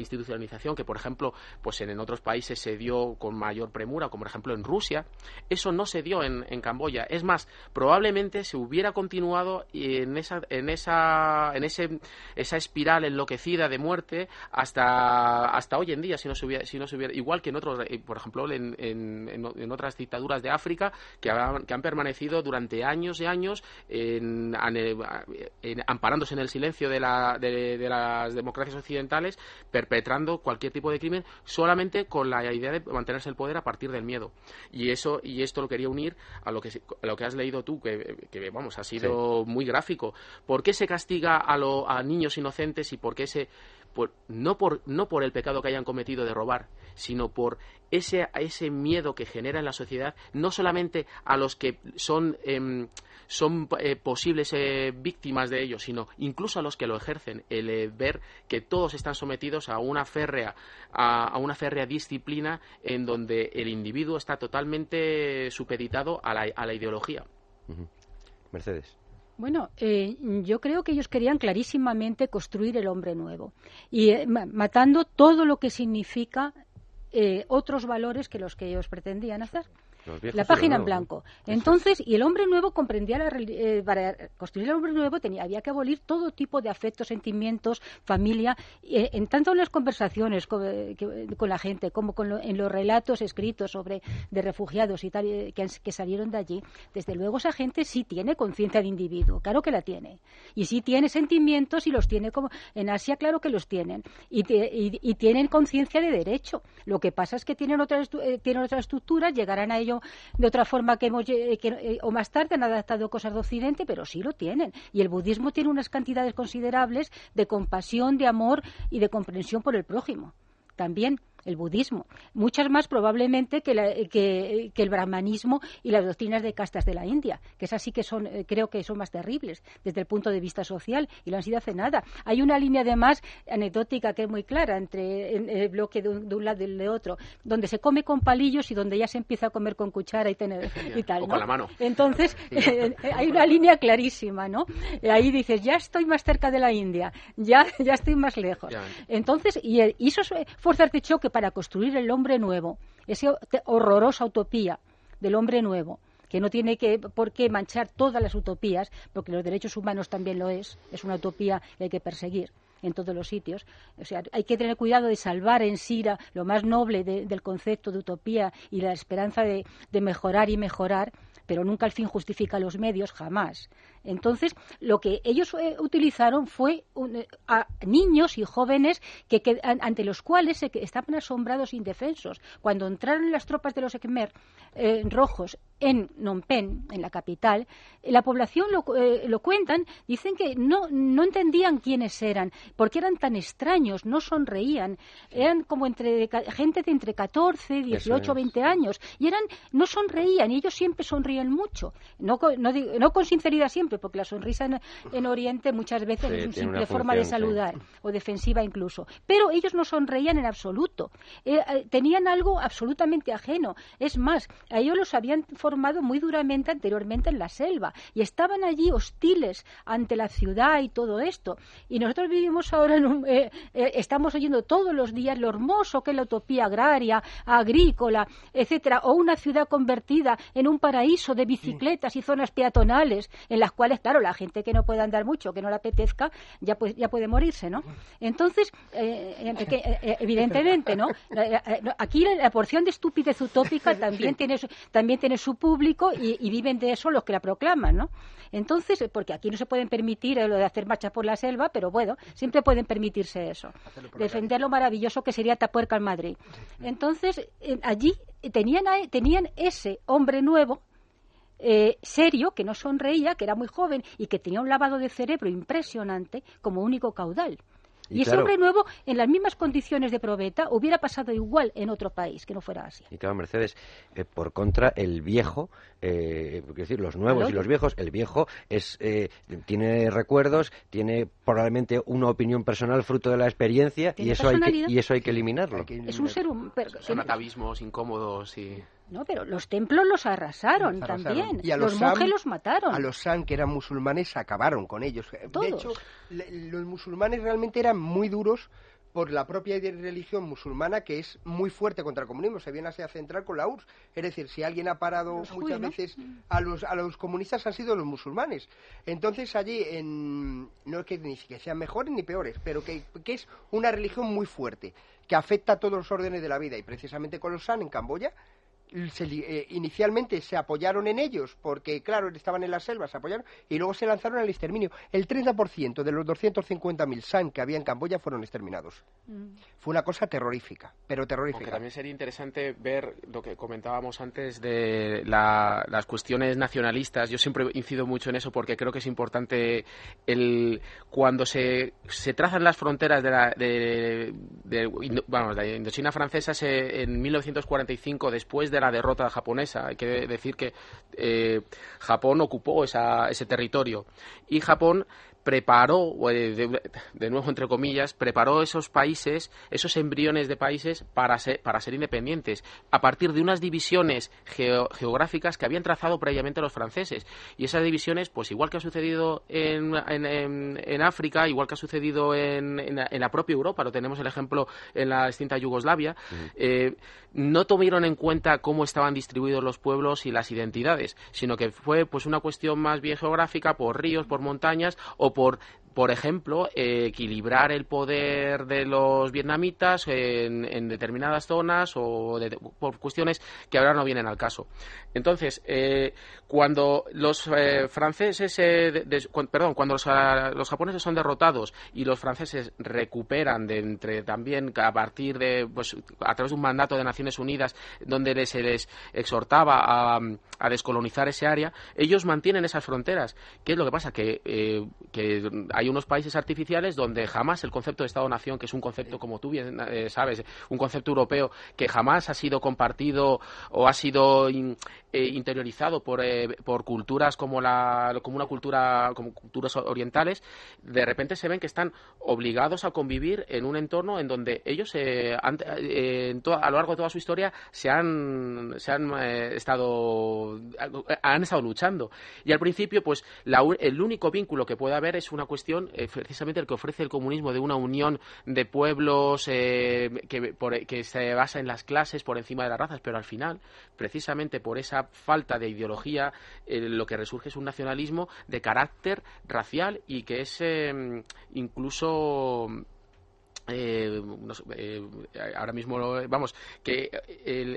institucionalización que, por ejemplo, pues en, en otros países se dio con mayor premura, como por ejemplo en Rusia, eso no se dio en, en Camboya. Es más, probablemente se hubiera continuado en esa, en esa, en ese, esa espiral enloquecida de muerte hasta, hasta hoy en día, si no se hubiera, si no se hubiera, igual que en otros, por ejemplo, en, en, en otras dictaduras de África que han, que han permanecido durante años y años en, en, en, amparándose en el silencio de, la, de, de las democracias occidentales, perpetrando cualquier tipo de crimen solamente con la idea de mantenerse el poder a partir del miedo. Y eso y esto lo quería unir a lo que a lo que has leído tú, que, que vamos, ha sido sí. muy gráfico. ¿Por qué se castiga a, lo, a niños inocentes y por qué se por, no por no por el pecado que hayan cometido de robar, sino por ese ese miedo que genera en la sociedad, no solamente a los que son eh, son eh, posibles eh, víctimas de ello, sino incluso a los que lo ejercen, el eh, ver que todos están sometidos a una férrea a, a una férrea disciplina en donde el individuo está totalmente supeditado a la, a la ideología. Uh-huh. Mercedes. Bueno, eh, yo creo que ellos querían clarísimamente construir el hombre nuevo y eh, matando todo lo que significa eh, otros valores que los que ellos pretendían hacer. La página en blanco. Entonces, y el hombre nuevo comprendía, la, eh, para construir el hombre nuevo tenía, había que abolir todo tipo de afectos, sentimientos, familia, eh, en tanto en las conversaciones con, eh, que, con la gente como con lo, en los relatos escritos sobre de refugiados y tal, eh, que, que salieron de allí. Desde luego esa gente sí tiene conciencia de individuo, claro que la tiene. Y sí tiene sentimientos y los tiene como en Asia, claro que los tienen. Y, te, y, y tienen conciencia de derecho. Lo que pasa es que tienen otras, eh, tienen otras estructuras, llegarán a ello de otra forma que hemos que, o más tarde han adaptado cosas de Occidente, pero sí lo tienen. Y el budismo tiene unas cantidades considerables de compasión, de amor y de comprensión por el prójimo. También el budismo, muchas más probablemente que, la, que, que el brahmanismo y las doctrinas de castas de la India, que esas sí que son, creo que son más terribles desde el punto de vista social y lo han sido hace nada. Hay una línea además anecdótica que es muy clara entre el bloque de un, de un lado y de otro, donde se come con palillos y donde ya se empieza a comer con cuchara y, tener, y tal, o ¿no? con la mano. Entonces, eh, hay una línea clarísima, ¿no? Ahí dices, ya estoy más cerca de la India, ya, ya estoy más lejos. Ya. Entonces, y, y esas fuerzas de choque para construir el hombre nuevo, esa horrorosa utopía del hombre nuevo, que no tiene que, por qué manchar todas las utopías, porque los derechos humanos también lo es, es una utopía que hay que perseguir en todos los sitios. O sea, hay que tener cuidado de salvar en sí lo más noble de, del concepto de utopía y la esperanza de, de mejorar y mejorar, pero nunca el fin justifica los medios, jamás. Entonces, lo que ellos eh, utilizaron fue un, eh, a niños y jóvenes que, que ante los cuales se, que estaban asombrados e indefensos. Cuando entraron las tropas de los Khmer eh, rojos en Phnom Penh, en la capital, la población lo, eh, lo cuentan, dicen que no, no entendían quiénes eran, porque eran tan extraños, no sonreían, eran como entre gente de entre catorce, dieciocho, veinte años, y eran no sonreían, y ellos siempre sonríen mucho, no, no, no con sinceridad siempre, porque la sonrisa en, en Oriente muchas veces sí, es una simple forma función, de saludar, sí. o defensiva incluso, pero ellos no sonreían en absoluto, eh, eh, tenían algo absolutamente ajeno, es más, a ellos los habían formado muy duramente anteriormente en la selva, y estaban allí hostiles ante la ciudad y todo esto, y nosotros vivimos ahora en un, eh, eh, estamos oyendo todos los días lo hermoso que es la utopía agraria, agrícola, etcétera, o una ciudad convertida en un paraíso de bicicletas y zonas peatonales en las cuales, claro, la gente que no puede andar mucho, que no le apetezca, ya puede, ya puede morirse, ¿no? Entonces, eh, que, eh, evidentemente, ¿no? Aquí la porción de estupidez utópica también tiene su, también tiene su público y, y viven de eso los que la proclaman, ¿no? Entonces, porque aquí no se pueden permitir lo de hacer marchas por la selva, pero bueno, siempre pueden permitirse eso. Defender lo maravilloso que sería Tapuerca en Madrid. Entonces, eh, allí tenían, tenían ese hombre nuevo, Eh, serio, que no sonreía, que era muy joven y que tenía un lavado de cerebro impresionante como único caudal. Y, y ese claro, hombre nuevo, en las mismas condiciones de probeta, hubiera pasado igual en otro país que no fuera Asia. Y claro, Mercedes, eh, por contra, el viejo, eh, es decir, los nuevos y los viejos, el viejo es eh, tiene recuerdos, tiene probablemente una opinión personal fruto de la experiencia y eso, hay que, y eso hay que eliminarlo. Hay que es un ser humano. Son atavismos incómodos y... No, pero los templos los arrasaron, los arrasaron. también. Y a los, los monjes Sam, los mataron. A los San, que eran musulmanes, acabaron con ellos. Todos. De hecho, le, los musulmanes realmente eran muy duros por la propia religión musulmana, que es muy fuerte contra el comunismo. Se viene a centrar con la U R S S. Es decir, si alguien ha parado Los muchas judíos, ¿no? veces a los, a los comunistas, han sido los musulmanes. Entonces allí, en, no es que ni que sean mejores ni peores, pero que, que es una religión muy fuerte, que afecta a todos los órdenes de la vida. Y precisamente con los San en Camboya, Se, eh, inicialmente se apoyaron en ellos porque, claro, estaban en las selvas, se apoyaron y luego se lanzaron al exterminio. El treinta por ciento de los doscientos cincuenta mil San que había en Camboya fueron exterminados. Mm. Fue una cosa terrorífica, pero terrorífica. Aunque también sería interesante ver lo que comentábamos antes de la, las cuestiones nacionalistas. Yo siempre incido mucho en eso porque creo que es importante el cuando se, se trazan las fronteras de la de, de, vamos, la Indochina francesa se, en mil novecientos cuarenta y cinco, después de la derrota japonesa. Hay que decir que eh, Japón ocupó esa, ese territorio y Japón preparó, de, de nuevo entre comillas, preparó esos países, esos embriones de países para ser, para ser independientes, a partir de unas divisiones geo, geográficas que habían trazado previamente los franceses. Y esas divisiones, pues igual que ha sucedido en, en, en, en África, igual que ha sucedido en, en, en la propia Europa, lo tenemos el ejemplo en la extinta Yugoslavia, uh-huh. eh, no tuvieron en cuenta cómo estaban distribuidos los pueblos y las identidades, sino que fue pues una cuestión más bien geográfica, por ríos, por montañas, o por por ejemplo, eh, equilibrar el poder de los vietnamitas en, en determinadas zonas o de, por cuestiones que ahora no vienen al caso. Entonces, eh, cuando los eh, franceses, eh, de, de, cu perdón, cuando los, a, los japoneses son derrotados y los franceses recuperan de entre también a partir de, pues, a través de un mandato de Naciones Unidas donde les, se les exhortaba a, a descolonizar ese área, ellos mantienen esas fronteras. ¿Qué es lo que pasa? Que, eh, que hay unos países artificiales donde jamás el concepto de Estado-Nación, que es un concepto, como tú bien eh, sabes, un concepto europeo que jamás ha sido compartido o ha sido in, eh, interiorizado por, eh, por culturas como la como una cultura como culturas orientales, de repente se ven que están obligados a convivir en un entorno en donde ellos eh, han, eh, en to a lo largo de toda su historia se han se han eh, estado han estado luchando, y al principio pues la, el único vínculo que puede haber es una cuestión eh, precisamente el que ofrece el comunismo, de una unión de pueblos eh, que, por, que se basa en las clases por encima de las razas, pero al final, precisamente por esa falta de ideología, eh, lo que resurge es un nacionalismo de carácter racial y que es eh, incluso eh, no sé, eh, ahora mismo vamos que el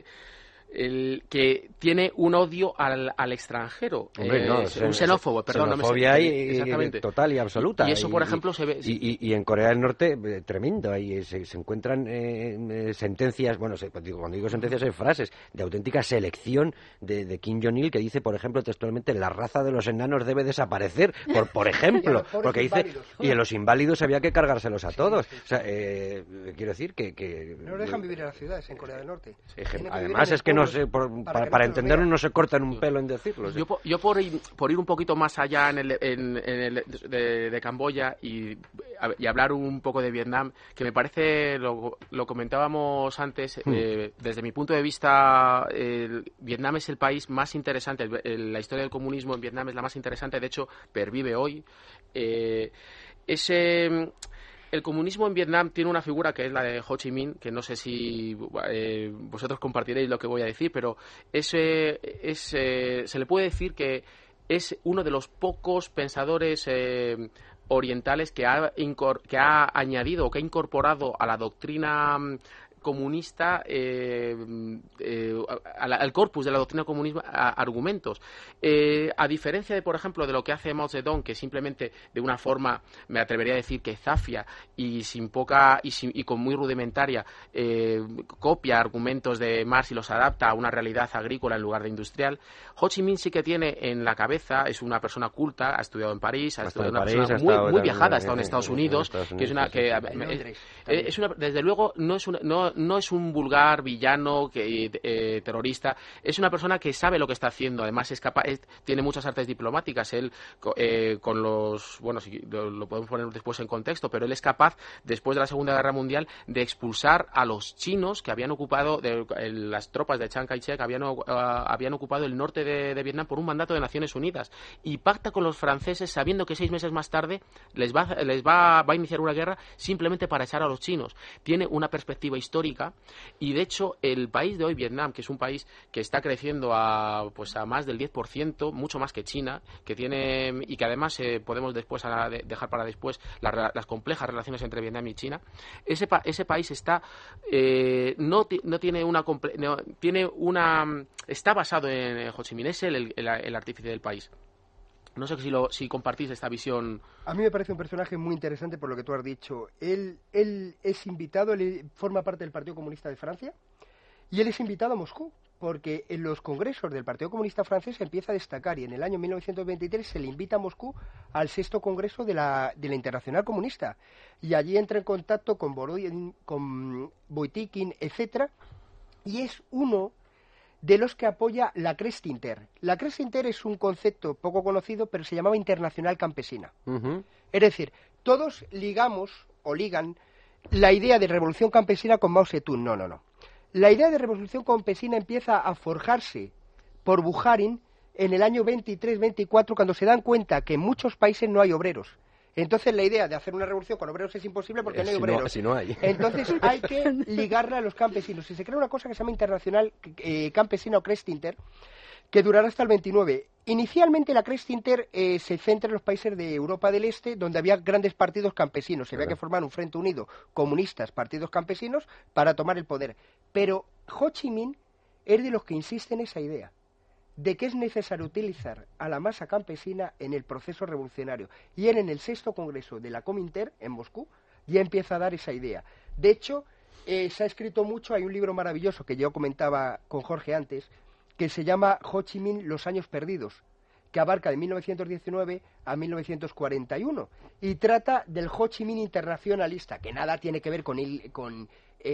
El que tiene un odio al, al extranjero. Hombre, eh, no, un xen, xenófobo, perdón. Xenofobia No y, exactamente. total y absoluta. Y, y eso, por ejemplo, y, se ve... Y, y, y en Corea del Norte, eh, tremendo. Ahí se, se encuentran eh, sentencias, bueno, se, digo, cuando digo sentencias hay frases de auténtica selección de, de Kim Jong-il, que dice, por ejemplo, textualmente, la raza de los enanos debe desaparecer, por, por ejemplo. porque dice, inválidos. Y en los inválidos había que cargárselos a todos. Sí, sí. O sea, eh, quiero decir que... que no dejan vivir en las ciudades, en Corea del Norte. Sí, además es que no sé... Por, para, para, para entenderlo no se cortan un pelo en decirlo. ¿Sí? Yo, por, yo por, ir, por ir un poquito más allá en el, en, en el de, de Camboya y, y hablar un poco de Vietnam, que me parece, lo, lo comentábamos antes, hmm. eh, desde mi punto de vista, eh, Vietnam es el país más interesante, el, el, la historia del comunismo en Vietnam es la más interesante, de hecho pervive hoy. Eh, ese... El comunismo en Vietnam tiene una figura que es la de Ho Chi Minh, que no sé si eh, vosotros compartiréis lo que voy a decir, pero ese, es, eh, se le puede decir que es uno de los pocos pensadores eh, orientales que ha, que ha añadido o que ha incorporado a la doctrina comunista, eh, eh, al, al corpus de la doctrina comunista, a, argumentos. Eh, a diferencia de, por ejemplo, de lo que hace Mao Zedong, que simplemente de una forma, me atrevería a decir que zafia y sin poca y, sin, y con muy rudimentaria, eh, copia argumentos de Marx y los adapta a una realidad agrícola en lugar de industrial, Ho Chi Minh sí que tiene en la cabeza, es una persona culta, ha estudiado en París, ha, ha estudiado en una París, persona muy, muy viajada, ha estado en Estados Unidos, que es una que es, es una, desde luego no es una, no no es un vulgar villano que, eh, terrorista, es una persona que sabe lo que está haciendo, además es capaz, es, tiene muchas artes diplomáticas, él eh, con los, bueno, si, lo, lo podemos poner después en contexto, pero él es capaz, después de la Segunda Guerra Mundial, de expulsar a los chinos que habían ocupado, de, el, las tropas de Chiang Kai-shek habían, uh, habían ocupado el norte de, de Vietnam por un mandato de Naciones Unidas, y pacta con los franceses sabiendo que seis meses más tarde les va, les va, va a iniciar una guerra simplemente para echar a los chinos. Tiene una perspectiva histórica y, de hecho, el país de hoy, Vietnam, que es un país que está creciendo a, pues, a más del diez por ciento, mucho más que China, que tiene, y que además eh, podemos después a, de, dejar para después la, las complejas relaciones entre Vietnam y China, ese, pa, ese país está eh, no, no tiene una no, tiene una está basado en Ho Chi Minh, es el, el, el artífice del país. No sé si, lo, si compartís esta visión. A mí me parece un personaje muy interesante por lo que tú has dicho. Él, él es invitado, él forma parte del Partido Comunista de Francia y él es invitado a Moscú porque en los congresos del Partido Comunista francés empieza a destacar y en el año mil novecientos veintitrés se le invita a Moscú al sexto congreso de la, de la Internacional Comunista y allí entra en contacto con Borodin, con Boitikin, etcétera, y es uno de los que apoya la Crestinter. La Crestinter es un concepto poco conocido, pero se llamaba Internacional Campesina. Uh-huh. Es decir, todos ligamos o ligan la idea de revolución campesina con Mao Zedong. No, no, no. La idea de revolución campesina empieza a forjarse por Bukharin en el año veintitrés veinticuatro, cuando se dan cuenta que en muchos países no hay obreros. Entonces la idea de hacer una revolución con obreros es imposible porque eh, no hay si obreros. No, si no hay. Entonces hay que ligarla a los campesinos. Y se crea una cosa que se llama Internacional eh, Campesina o Crestinter, que durará hasta el veintinueve. Inicialmente la Crestinter eh, se centra en los países de Europa del Este, donde había grandes partidos campesinos. Se había que formar un frente unido, comunistas, partidos campesinos, para tomar el poder. Pero Ho Chi Minh es de los que insiste en esa idea de que es necesario utilizar a la masa campesina en el proceso revolucionario. Y él, en el sexto congreso de la Comintern, en Moscú, ya empieza a dar esa idea. De hecho, eh, se ha escrito mucho, hay un libro maravilloso que yo comentaba con Jorge antes, que se llama Ho Chi Minh, los años perdidos, que abarca de mil novecientos diecinueve a mil novecientos cuarenta y uno, y trata del Ho Chi Minh internacionalista, que nada tiene que ver con, il, con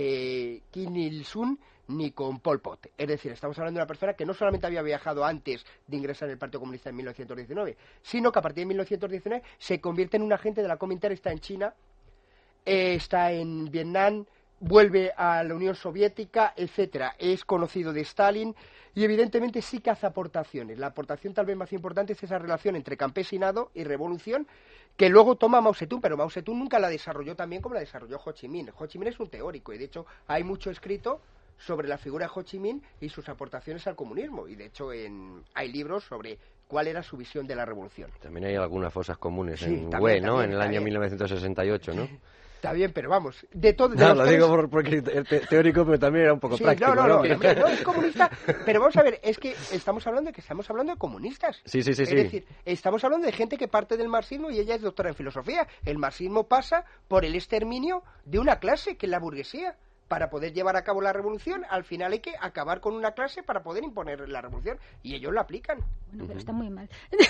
eh, Kim Il-sung, ni con Pol Pot. Es decir, estamos hablando de una persona que no solamente había viajado antes de ingresar en el Partido Comunista en mil novecientos diecinueve, sino que a partir de mil novecientos diecinueve se convierte en un agente de la Comintern, está en China, eh, está en Vietnam, vuelve a la Unión Soviética, etcétera. Es conocido de Stalin y evidentemente sí que hace aportaciones. La aportación tal vez más importante es esa relación entre campesinado y revolución que luego toma Mao Zedong, pero Mao Zedong nunca la desarrolló tan bien como la desarrolló Ho Chi Minh. Ho Chi Minh es un teórico y de hecho hay mucho escrito sobre la figura de Ho Chi Minh y sus aportaciones al comunismo, y de hecho en, hay libros sobre cuál era su visión de la revolución. También hay algunas fosas comunes sí, en también, Hue, ¿no? También, en el año mil novecientos sesenta y ocho, ¿no? Está bien, pero vamos, de todo... No, lo digo por, porque es teórico, pero también era un poco sí, práctico. No, no, no, no, no, es comunista, pero vamos a ver, es que estamos hablando de que estamos hablando de comunistas. Sí, sí, sí. Es sí. decir, estamos hablando de gente que parte del marxismo y ella es doctora en filosofía. El marxismo pasa por el exterminio de una clase, que es la burguesía. Para poder llevar a cabo la revolución, al final hay que acabar con una clase para poder imponer la revolución. Y ellos la aplican. Bueno, pero está muy mal.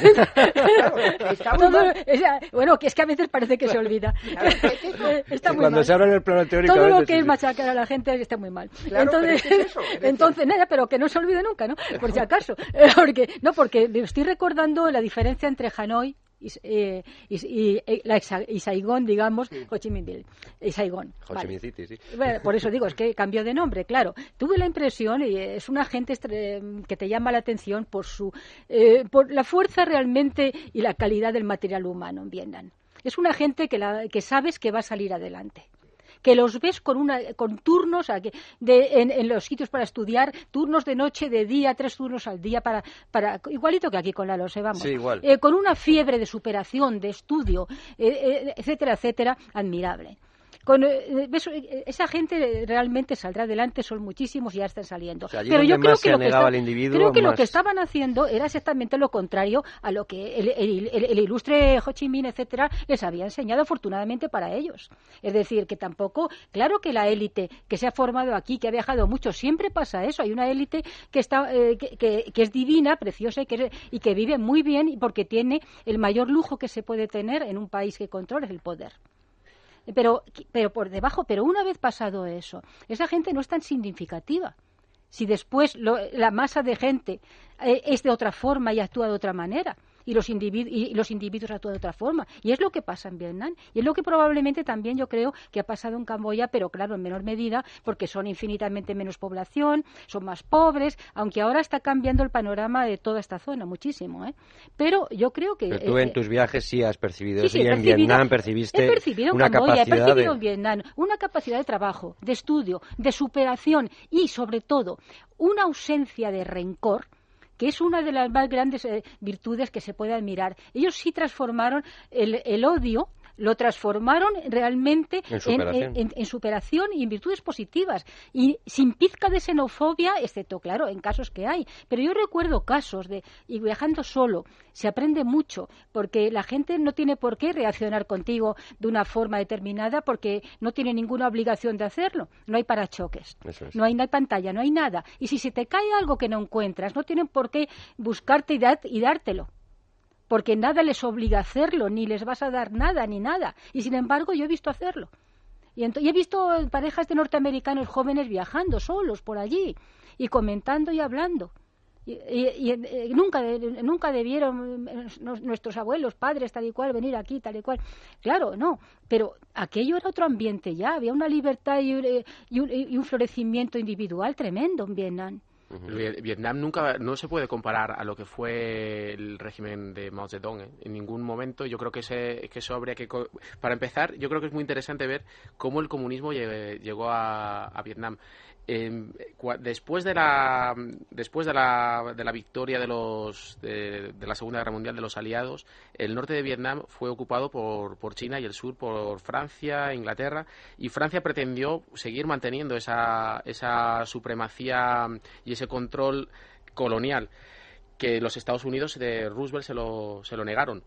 Claro, está muy Todo, mal. O sea, bueno, que es que a veces parece que se olvida. Claro, es que eso, está sí, muy cuando mal. se habla en el plano teórico... Todo a lo veces, que sí, es sí. machacar a la gente está muy mal. Claro, entonces, pero es que es eso, es entonces nada, pero que no se olvide nunca, ¿no? Por si acaso. Porque, no, porque me estoy recordando la diferencia entre Hanoi y, eh, y, y, y, la, y Saigón, digamos, sí. Ho Chi Minh Ville, y Saigón. Ho Chi Minh Vale. City, sí. Bueno, por eso digo, es que cambió de nombre, claro. Tuve la impresión, y es una gente que te llama la atención por su eh, por la fuerza realmente y la calidad del material humano en Vietnam. Es una gente que, la, que sabes que va a salir adelante, que los ves con una con turnos de, en, en los sitios para estudiar, turnos de noche, de día, tres turnos al día, para, para igualito que aquí con la LOSE, vamos. Sí, igual. Eh, con una fiebre de superación, de estudio, eh, eh, etcétera, etcétera, admirable. Con, eh, esa gente realmente saldrá adelante, son muchísimos y ya están saliendo. O sea, pero yo creo que, lo que, está, creo que más... lo que estaban haciendo era exactamente lo contrario a lo que el, el, el, el ilustre Ho Chi Minh, etcétera, les había enseñado, afortunadamente para ellos. Es decir, que tampoco, claro que la élite que se ha formado aquí, que ha viajado mucho, siempre pasa eso. Hay una élite que está eh, que, que, que es divina, preciosa y que, y que vive muy bien porque tiene el mayor lujo que se puede tener en un país que controla, es el poder. pero, pero por debajo, pero una vez pasado eso, esa gente no es tan significativa. Si después lo, la masa de gente eh, es de otra forma y actúa de otra manera, y los, individu y los individuos actúan de otra forma. Y es lo que pasa en Vietnam. Y es lo que probablemente también yo creo que ha pasado en Camboya, pero claro, en menor medida, porque son infinitamente menos población, son más pobres, aunque ahora está cambiando el panorama de toda esta zona muchísimo, ¿eh? Pero yo creo que... Pero tú eh, en tus viajes sí has percibido sí, eso, sí, y en percibido, Vietnam percibiste he percibido una en Camboya, capacidad he percibido de... en Vietnam una capacidad de trabajo, de estudio, de superación y, sobre todo, una ausencia de rencor, que es una de las más grandes eh, virtudes que se puede admirar. Ellos sí transformaron el, el odio, lo transformaron realmente en superación. En, en, en superación y en virtudes positivas, y sin pizca de xenofobia, excepto, claro, en casos que hay. Pero yo recuerdo casos de, y viajando solo, se aprende mucho, porque la gente no tiene por qué reaccionar contigo de una forma determinada, porque no tiene ninguna obligación de hacerlo. No hay parachoques, Eso es. no hay, no hay pantalla, no hay nada. Y si se te cae algo que no encuentras, no tienen por qué buscarte y, dar, y dártelo, porque nada les obliga a hacerlo, ni les vas a dar nada, ni nada. Y sin embargo, yo he visto hacerlo. Y, y he visto parejas de norteamericanos jóvenes viajando solos por allí, y comentando y hablando. Y, y, y nunca, nunca debieron nuestros abuelos, padres, tal y cual, venir aquí, tal y cual. Claro, no. Pero aquello era otro ambiente ya. Había una libertad y un, y un, y un florecimiento individual tremendo en Vietnam. Vietnam nunca no se puede comparar a lo que fue el régimen de Mao Zedong, ¿eh? En ningún momento. Yo creo que, ese, que eso habría que... Para empezar, yo creo que es muy interesante ver cómo el comunismo llegó a, a Vietnam. Eh, después de la después de la, de la victoria de los de, de la Segunda Guerra Mundial de los aliados, el norte de Vietnam fue ocupado por, por China y el sur por Francia, Inglaterra, y Francia pretendió seguir manteniendo esa, esa supremacía y ese control colonial que los Estados Unidos de Roosevelt se lo, se lo negaron.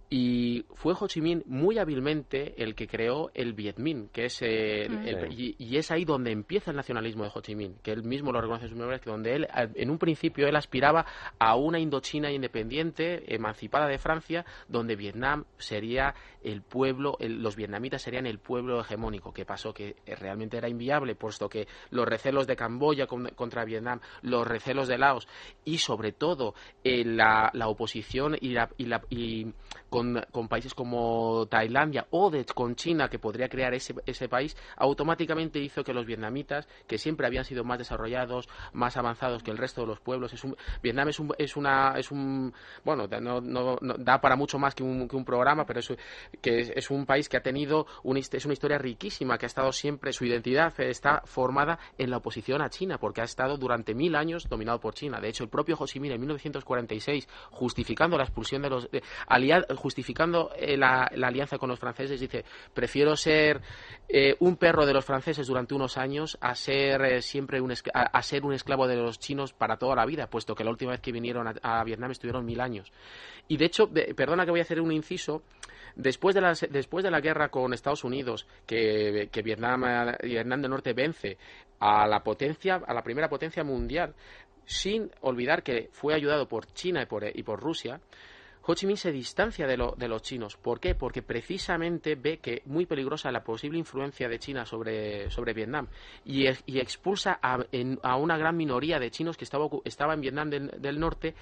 Y fue Ho Chi Minh muy hábilmente el que creó el Viet Minh, que es el, Mm. el, y, y es ahí donde empieza el nacionalismo de Ho Chi Minh, que él mismo lo reconoce en sus memorias, que donde él, en un principio, él aspiraba a una Indochina independiente, emancipada de Francia, donde Vietnam sería el pueblo, el, los vietnamitas serían el pueblo hegemónico. ¿Qué pasó? Que realmente era inviable, puesto que los recelos de Camboya con, contra Vietnam, los recelos de Laos y, sobre todo, eh, la, la oposición y la, y la y con, con países como Tailandia o de, con China, que podría crear ese, ese país, automáticamente hizo que los vietnamitas, que siempre habían sido más desarrollados, más avanzados que el resto de los pueblos, es un, Vietnam es un, es una, es un, bueno, no, no, no da para mucho más que un, que un programa, pero es, que es, es un país que ha tenido, una, es una historia riquísima, que ha estado siempre, su identidad está formada en la oposición a China, porque ha estado durante mil años dominado por China. De hecho, el propio Ho Chi Minh en mil novecientos cuarenta y seis, justificando la expulsión de los, de, aliad, justificando eh, la, la alianza con los franceses, dice: prefiero ser eh, un perro de los franceses durante unos años a ser eh, siempre un a, a ser un esclavo de los chinos para toda la vida, puesto que la última vez que vinieron a, a Vietnam estuvieron mil años. Y de hecho, de, perdona que voy a hacer un inciso. Después de, la, después de la guerra con Estados Unidos, que, que Vietnam, Vietnam del Norte vence a la potencia, a la primera potencia mundial, sin olvidar que fue ayudado por China y por, y por Rusia, Ho Chi Minh se distancia de, lo, de los chinos. ¿Por qué? Porque precisamente ve que muy peligrosa la posible influencia de China sobre, sobre Vietnam y, y expulsa a, en, a una gran minoría de chinos que estaba, estaba en Vietnam del, del Norte,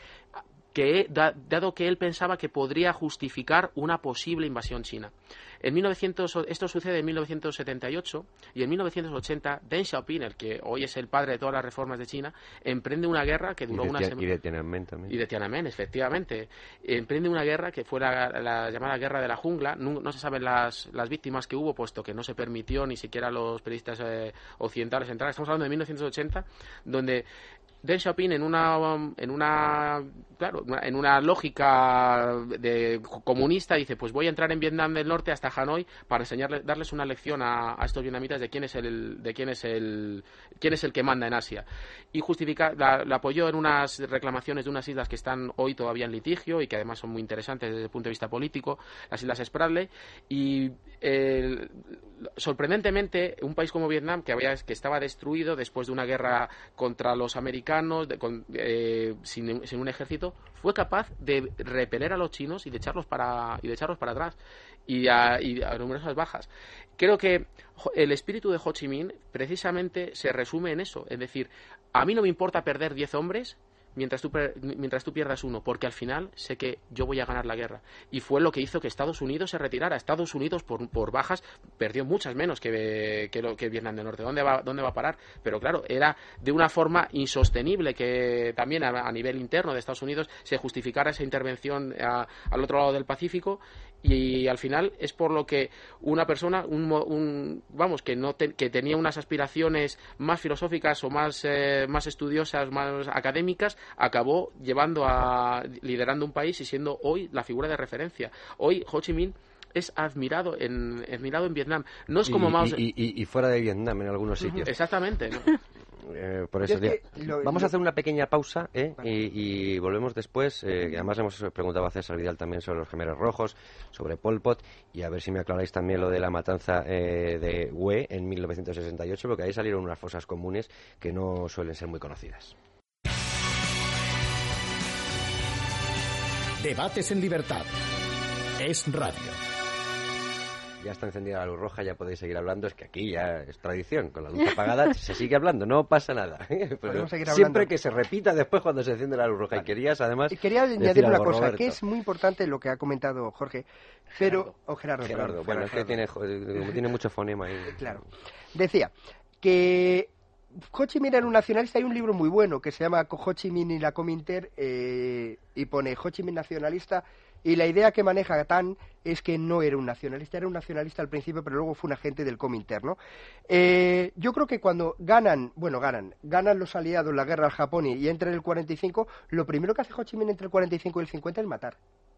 que dado que él pensaba que podría justificar una posible invasión china. En mil novecientos, esto sucede en mil novecientos setenta y ocho, y en mil novecientos ochenta Deng Xiaoping, el que hoy es el padre de todas las reformas de China, emprende una guerra que duró y de, una semana. Y de Tiananmen también. Y de Tiananmen, efectivamente. Emprende una guerra que fue la, la llamada Guerra de la Jungla. No, no se saben las, las víctimas que hubo, puesto que no se permitió ni siquiera a los periodistas eh, occidentales entrar. Estamos hablando de mil novecientos ochenta, donde Deng Xiaoping, en una, en una, claro, en una lógica de comunista, dice: pues voy a entrar en Vietnam del Norte hasta Hanoi para enseñarles, darles una lección a, a estos vietnamitas de quién es el, de quién es el, quién es el que manda en Asia. Y justifica, la, la apoyó en unas reclamaciones de unas islas que están hoy todavía en litigio y que además son muy interesantes desde el punto de vista político, las islas Spratly. Y eh, sorprendentemente, un país como Vietnam, que había, que estaba destruido después de una guerra contra los americanos, De, con, eh, sin, sin un ejército, ejército, fue capaz de repeler a los chinos y de echarlos para, y de echarlos para atrás y a, y a numerosas bajas. Creo que el espíritu de Ho Chi Minh precisamente se resume en eso, es decir, a mí no me importa perder diez hombres mientras tú, mientras tú pierdas uno, porque al final sé que yo voy a ganar la guerra. Y fue lo que hizo que Estados Unidos se retirara. Estados Unidos, por, por bajas, perdió muchas menos que, que, lo, que Vietnam del Norte. ¿Dónde va, ¿Dónde va a parar? Pero claro, era de una forma insostenible que también a, a nivel interno de Estados Unidos se justificara esa intervención a, al otro lado del Pacífico. Y al final es por lo que una persona, un, un, vamos, que no te, que tenía unas aspiraciones más filosóficas o más, eh, más estudiosas, más académicas, acabó llevando a liderando un país y siendo hoy la figura de referencia. Hoy Ho Chi Minh es admirado en admirado en Vietnam. No es como y, Mao y, y, y fuera de Vietnam en algunos sitios. Exactamente, ¿no? Eh, por eso, que lo, vamos lo... a hacer una pequeña pausa ¿eh? y, y volvemos después. Eh, además hemos preguntado a César Vidal también sobre los Gemelos Rojos, sobre Pol Pot, y a ver si me aclaráis también lo de la matanza eh, de Hue en mil novecientos sesenta y ocho, porque ahí salieron unas fosas comunes que no suelen ser muy conocidas. Debates en libertad. Es radio. Ya está encendida la luz roja, ya podéis seguir hablando. Es que aquí ya es tradición, con la luz apagada se sigue hablando, no pasa nada. Pero siempre que se repita después cuando se enciende la luz roja. Vale. Y querías, además, y quería añadir una cosa, Roberto. Que es muy importante lo que ha comentado Jorge, pero... Gerardo. O Gerardo, Gerardo. Gerardo Bueno, Gerardo. es que tiene, tiene mucho fonema ahí. Claro. Decía que Ho Chi Minh era un nacionalista. Hay un libro muy bueno que se llama Ho Chi Minh y la Comintern, eh, y pone Ho Chi Minh nacionalista. Y la idea que maneja Tan es que no era un nacionalista, era un nacionalista al principio, pero luego fue un agente del Comintern, ¿no? Eh, yo creo que cuando ganan, bueno, ganan, ganan los aliados la guerra al Japón y, y entra en el cuarenta y cinco, lo primero que hace Ho Chi Minh entre el cuarenta y cinco y el cincuenta es matar.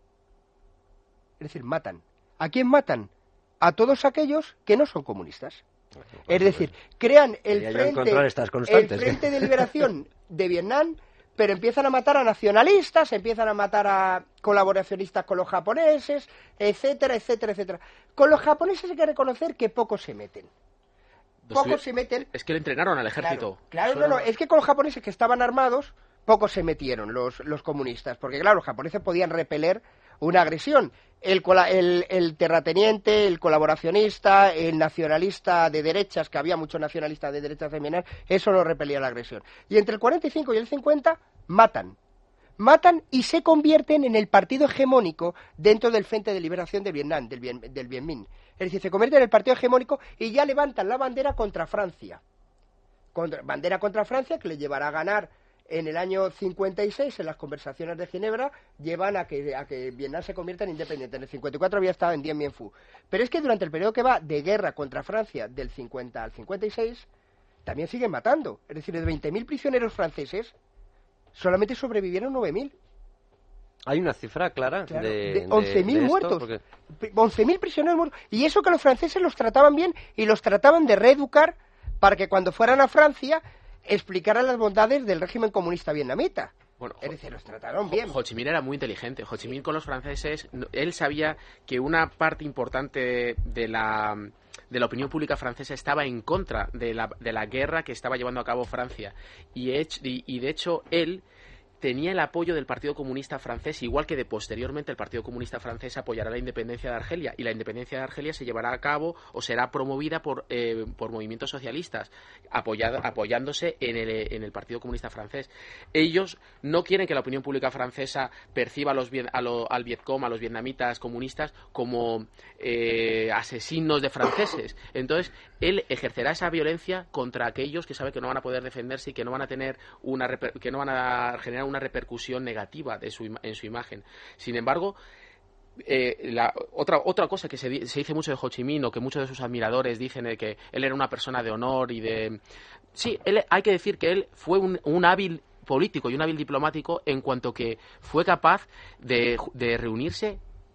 Es decir, matan. ¿A quién matan? A todos aquellos que no son comunistas. Es decir, crean el frente, el frente de liberación de Vietnam, pero empiezan a matar a nacionalistas, empiezan a matar a colaboracionistas con los japoneses, etcétera, etcétera, etcétera. Con los japoneses hay que reconocer que pocos se meten. Pocos pues, se meten. Es que le entrenaron al ejército. Claro, claro no, no, es que con los japoneses que estaban armados, pocos se metieron los, los comunistas, porque claro, los japoneses podían repeler una agresión. El, el, el terrateniente, el colaboracionista, el nacionalista de derechas, que había muchos nacionalistas de derechas en Vietnam, eso no repelía la agresión. Y entre el cuarenta y cinco y el cincuenta, matan. Matan y se convierten en el partido hegemónico dentro del Frente de Liberación de Vietnam, del, Bien, del Bien Minh. Es decir, se convierten en el partido hegemónico y ya levantan la bandera contra Francia. Contra, bandera contra Francia que le llevará a ganar en el año cincuenta y seis, en las conversaciones de Ginebra, llevan a que, a que Vietnam se convierta en independiente. En el cincuenta y cuatro había estado en Dien Bien Phu. Pero es que durante el periodo que va de guerra contra Francia, del cincuenta al cincuenta y seis, también siguen matando. Es decir, de veinte mil prisioneros franceses, solamente sobrevivieron nueve mil. Hay una cifra clara, claro, de, de once mil muertos. Porque... once mil prisioneros muertos. Y eso que los franceses los trataban bien y los trataban de reeducar para que cuando fueran a Francia explicaran las bondades del régimen comunista vietnamita. Bueno, es decir, los trataron bien. Ho Chi Minh era muy inteligente. Ho Chi Minh con los franceses, él sabía que una parte importante de la de la opinión pública francesa estaba en contra de la, de la guerra que estaba llevando a cabo Francia. Y, y, y de hecho, él tenía el apoyo del Partido Comunista Francés, igual que de posteriormente el Partido Comunista Francés apoyará la independencia de Argelia, y la independencia de Argelia se llevará a cabo o será promovida por, eh, por movimientos socialistas, apoyado, apoyándose en el, en el Partido Comunista Francés. Ellos no quieren que la opinión pública francesa perciba a los, a lo, al Vietcong, a los vietnamitas comunistas, como eh, asesinos de franceses. Entonces, él ejercerá esa violencia contra aquellos que sabe que no van a poder defenderse y que no van a tener una que no van a generar una repercusión negativa de su, en su imagen. Sin embargo, eh, la, otra otra cosa que se, se dice mucho de Ho Chi Minh, o que muchos de sus admiradores dicen, eh, que él era una persona de honor y de... Sí, él, hay que decir que él fue un, un hábil político y un hábil diplomático, en cuanto que fue capaz de, de reunirse